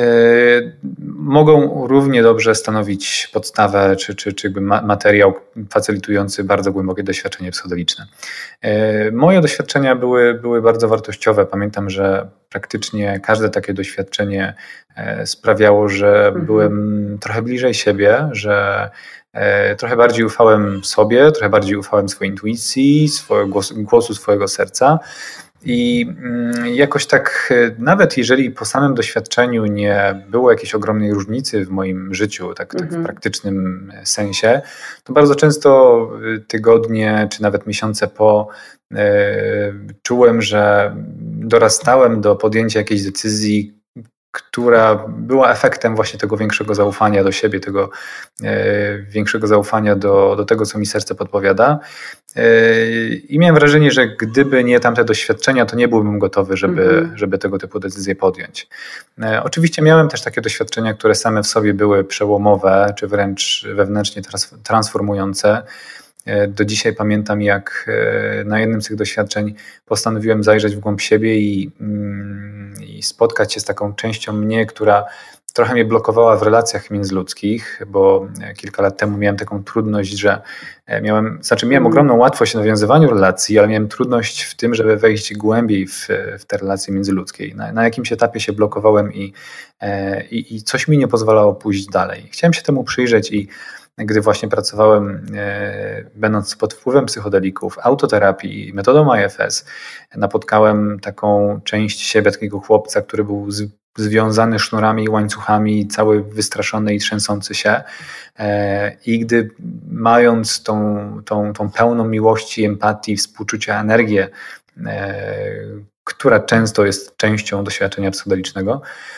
B: Mogą równie dobrze stanowić podstawę czy, czy, czy jakby ma- materiał facylitujący bardzo głębokie doświadczenie psychodeliczne. E, Moje doświadczenia były, były bardzo wartościowe. Pamiętam, że praktycznie każde takie doświadczenie e, sprawiało, że
A: Mhm.
B: byłem trochę bliżej siebie, że e, trochę bardziej ufałem sobie, trochę bardziej ufałem swojej intuicji, swojego głosu, głosu swojego serca. I mm, jakoś tak, e, nawet jeżeli po samym doświadczeniu nie było jakiejś ogromnej różnicy w moim życiu, tak, tak w
A: Mhm.
B: praktycznym sensie, to bardzo często y, tygodnie czy nawet miesiące po e, czułem, że dorastałem do podjęcia jakiejś decyzji, która była efektem właśnie tego większego zaufania do siebie, tego e, większego zaufania do, do tego, co mi serce podpowiada. E, I miałem wrażenie, że gdyby nie tamte doświadczenia, to nie byłbym gotowy, żeby,
A: Mhm.
B: żeby tego typu decyzje podjąć. E, Oczywiście miałem też takie doświadczenia, które same w sobie były przełomowe, czy wręcz wewnętrznie trans- transformujące. E, Do dzisiaj pamiętam, jak e, na jednym z tych doświadczeń postanowiłem zajrzeć w głąb siebie i, mm, i spotkać się z taką częścią mnie, która trochę mnie blokowała w relacjach międzyludzkich, bo e, kilka lat temu miałem taką trudność, że e, miałem, znaczy miałem
A: Mhm.
B: ogromną łatwość w nawiązywaniu relacji, ale miałem trudność w tym, żeby wejść głębiej w, w te relacje międzyludzkie. Na, na jakimś etapie się blokowałem i, e, i, i coś mi nie pozwalało pójść dalej. Chciałem się temu przyjrzeć i gdy właśnie pracowałem, e, będąc pod wpływem psychodelików, autoterapii, metodą I F S, napotkałem taką część siebie, takiego chłopca, który był z, związany sznurami i łańcuchami, cały wystraszony i trzęsący się. E, I gdy mając tą, tą, tą pełną miłości, empatii, współczucia, energię, e, która często jest częścią doświadczenia psychodelicznego,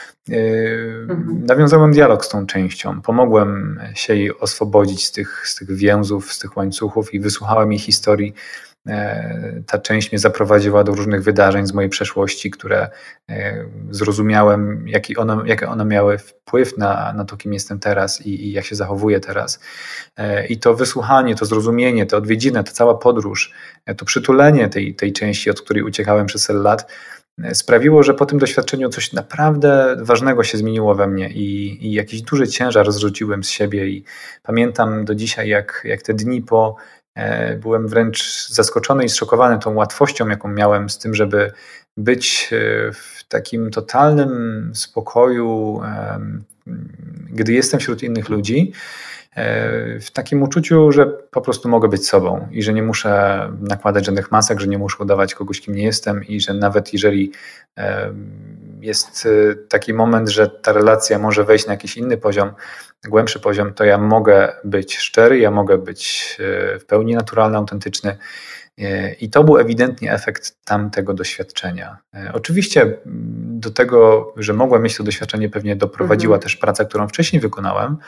A: Mhm.
B: nawiązałem dialog z tą częścią, pomogłem się jej oswobodzić z tych, z tych więzów, z tych łańcuchów i wysłuchałem jej historii. E, Ta część mnie zaprowadziła do różnych wydarzeń z mojej przeszłości, które e, zrozumiałem, jaki one, jakie one miały wpływ na, na to, kim jestem teraz i, i jak się zachowuję teraz. E, I to wysłuchanie, to zrozumienie, te odwiedziny, ta cała podróż, e, to przytulenie tej, tej części, od której uciekałem przez tyle lat, sprawiło, że po tym doświadczeniu coś naprawdę ważnego się zmieniło we mnie i, i jakiś duży ciężar zrzuciłem z siebie i pamiętam do dzisiaj, jak, jak te dni po e, byłem wręcz zaskoczony i zszokowany tą łatwością, jaką miałem z tym, żeby być e, w takim totalnym spokoju, e, gdy jestem wśród innych ludzi, w takim uczuciu, że po prostu mogę być sobą i że nie muszę nakładać żadnych masek, że nie muszę udawać kogoś, kim nie jestem i że nawet jeżeli jest taki moment, że ta relacja może wejść na jakiś inny poziom, głębszy poziom, to ja mogę być szczery, ja mogę być w pełni naturalny, autentyczny. I to był ewidentnie efekt tamtego doświadczenia. Oczywiście do tego, że mogłem mieć to doświadczenie, pewnie doprowadziła
A: Mhm.
B: też praca, którą wcześniej wykonałem.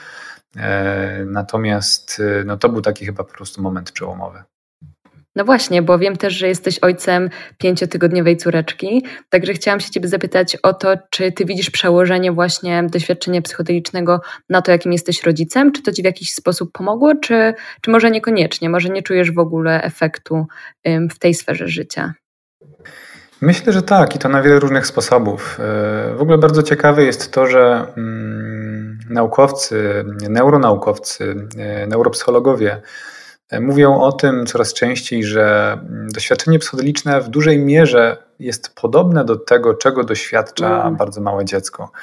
B: Natomiast no, to był taki chyba po prostu moment przełomowy.
A: No właśnie, bo wiem też, że jesteś ojcem pięciotygodniowej córeczki, także chciałam się Ciebie zapytać o to, czy Ty widzisz przełożenie właśnie doświadczenia psychodelicznego na to, jakim jesteś rodzicem? Czy to Ci w jakiś sposób pomogło, czy, czy może niekoniecznie? Może nie czujesz w ogóle efektu ym, w tej sferze życia?
B: Myślę, że tak i to na wiele różnych sposobów. W ogóle bardzo ciekawe jest to, że mm, naukowcy, neuronaukowcy, neuropsychologowie mówią o tym coraz częściej, że doświadczenie psychodeliczne w dużej mierze jest podobne do tego, czego doświadcza
A: Mm.
B: bardzo małe dziecko.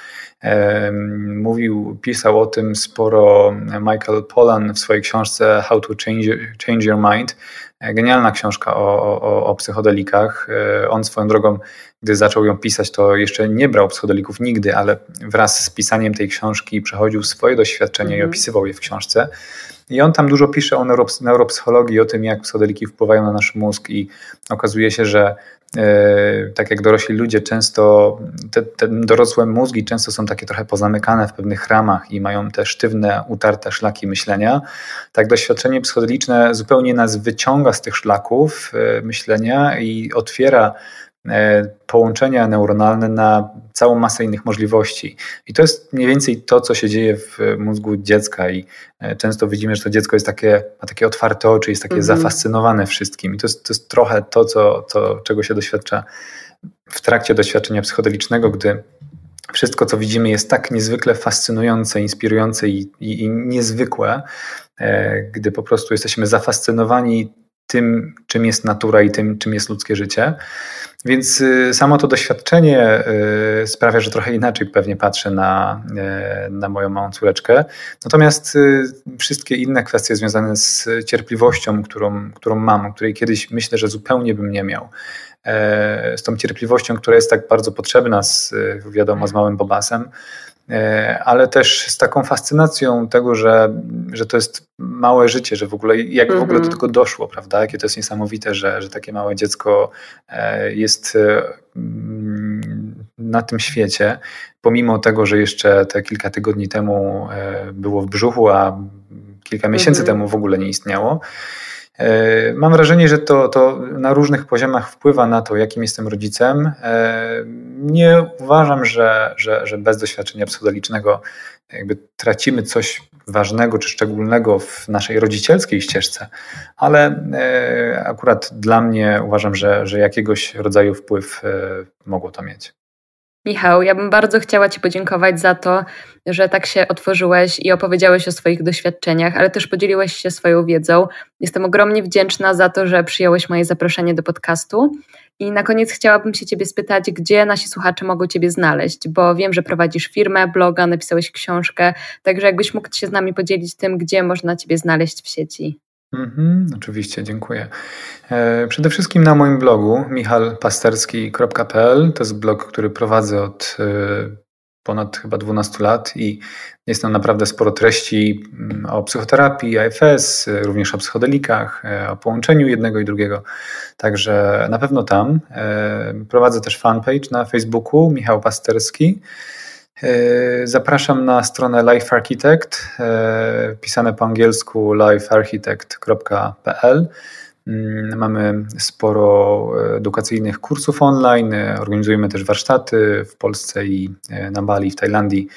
B: Mówił, pisał o tym sporo Michael Pollan w swojej książce How to Change, Change Your Mind. Genialna książka o, o, o psychodelikach. On swoją drogą, gdy zaczął ją pisać, to jeszcze nie brał psychodelików nigdy, ale wraz z pisaniem tej książki przechodził swoje doświadczenia mm-hmm. i opisywał je w książce. I on tam dużo pisze o neuropsychologii, o tym, jak psychodeliki wpływają na nasz mózg i okazuje się, że e, tak jak dorośli ludzie często, te, te dorosłe mózgi często są takie trochę pozamykane w pewnych ramach i mają te sztywne, utarte szlaki myślenia, tak doświadczenie psychodeliczne zupełnie nas wyciąga z tych szlaków e, myślenia i otwiera połączenia neuronalne na całą masę innych możliwości. I to jest mniej więcej to, co się dzieje w mózgu dziecka i często widzimy, że to dziecko jest takie, ma takie otwarte oczy, jest takie mm-hmm. zafascynowane wszystkim. I to jest, to jest trochę to, co, to, czego się doświadcza w trakcie doświadczenia psychodelicznego, gdy wszystko, co widzimy, jest tak niezwykle fascynujące, inspirujące i, i, i niezwykłe, gdy po prostu jesteśmy zafascynowani tym, czym jest natura i tym, czym jest ludzkie życie. Więc samo to doświadczenie sprawia, że trochę inaczej pewnie patrzę na, na moją małą córeczkę. Natomiast wszystkie inne kwestie związane z cierpliwością, którą, którą mam, której kiedyś myślę, że zupełnie bym nie miał, z tą cierpliwością, która jest tak bardzo potrzebna, z, wiadomo, z małym Bobasem, ale też z taką fascynacją tego, że, że to jest małe życie, że w ogóle jak w ogóle do tego doszło, prawda? Jakie to jest niesamowite, że, że takie małe dziecko jest na tym świecie, pomimo tego, że jeszcze te kilka tygodni temu było w brzuchu, a kilka miesięcy mhm. temu w ogóle nie istniało. Mam wrażenie, że to, to na różnych poziomach wpływa na to, jakim jestem rodzicem. Nie uważam, że, że, że bez doświadczenia psychodelicznego jakby tracimy coś ważnego czy szczególnego w naszej rodzicielskiej ścieżce, ale akurat dla mnie uważam, że, że jakiegoś rodzaju wpływ mogło to mieć.
A: Michał, ja bym bardzo chciała Ci podziękować za to, że tak się otworzyłeś i opowiedziałeś o swoich doświadczeniach, ale też podzieliłeś się swoją wiedzą. Jestem ogromnie wdzięczna za to, że przyjąłeś moje zaproszenie do podcastu. I na koniec chciałabym się Ciebie spytać, gdzie nasi słuchacze mogą Ciebie znaleźć, bo wiem, że prowadzisz firmę, bloga, napisałeś książkę, także jakbyś mógł się z nami podzielić tym, gdzie można Ciebie znaleźć w sieci.
B: Mhm, oczywiście, dziękuję. E, przede wszystkim na moim blogu michał pasterski kropka p l. To jest blog, który prowadzę od e, ponad chyba dwunastu lat i jest tam naprawdę sporo treści o psychoterapii, A F S, również o psychodelikach, e, o połączeniu jednego i drugiego. Także na pewno tam. E, prowadzę też fanpage na Facebooku, Michał Pasterski. Zapraszam na stronę Life Architect, pisane po angielsku life architect kropka p l. Mamy sporo edukacyjnych kursów online, organizujemy też warsztaty w Polsce i na Bali, w Tajlandii.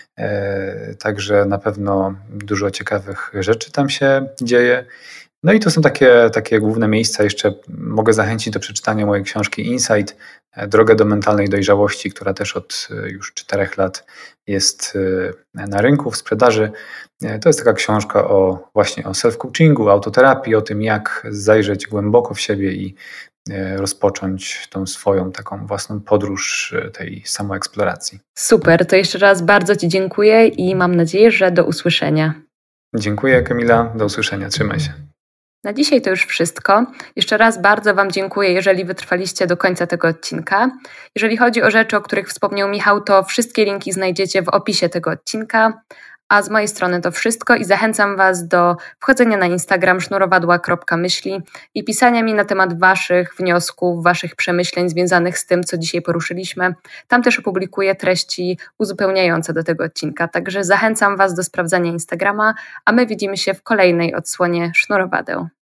B: Także na pewno dużo ciekawych rzeczy tam się dzieje. No i to są takie, takie główne miejsca. Jeszcze mogę zachęcić do przeczytania mojej książki Insight, Droga do mentalnej dojrzałości, która też od już czterech lat jest na rynku, w sprzedaży. To jest taka książka o właśnie o self-coachingu, autoterapii, o tym, jak zajrzeć głęboko w siebie i rozpocząć tą swoją taką własną podróż tej samoeksploracji.
A: Super, to jeszcze raz bardzo Ci dziękuję i mam nadzieję, że do usłyszenia.
B: Dziękuję, Kamila, do usłyszenia, trzymaj się.
A: Na dzisiaj to już wszystko. Jeszcze raz bardzo Wam dziękuję, jeżeli wytrwaliście do końca tego odcinka. Jeżeli chodzi o rzeczy, o których wspomniał Michał, to wszystkie linki znajdziecie w opisie tego odcinka. A z mojej strony to wszystko i zachęcam Was do wchodzenia na Instagram sznurowadła kropka myśli i pisania mi na temat Waszych wniosków, Waszych przemyśleń związanych z tym, co dzisiaj poruszyliśmy. Tam też opublikuję treści uzupełniające do tego odcinka, także zachęcam Was do sprawdzania Instagrama, a my widzimy się w kolejnej odsłonie Sznurowadeł.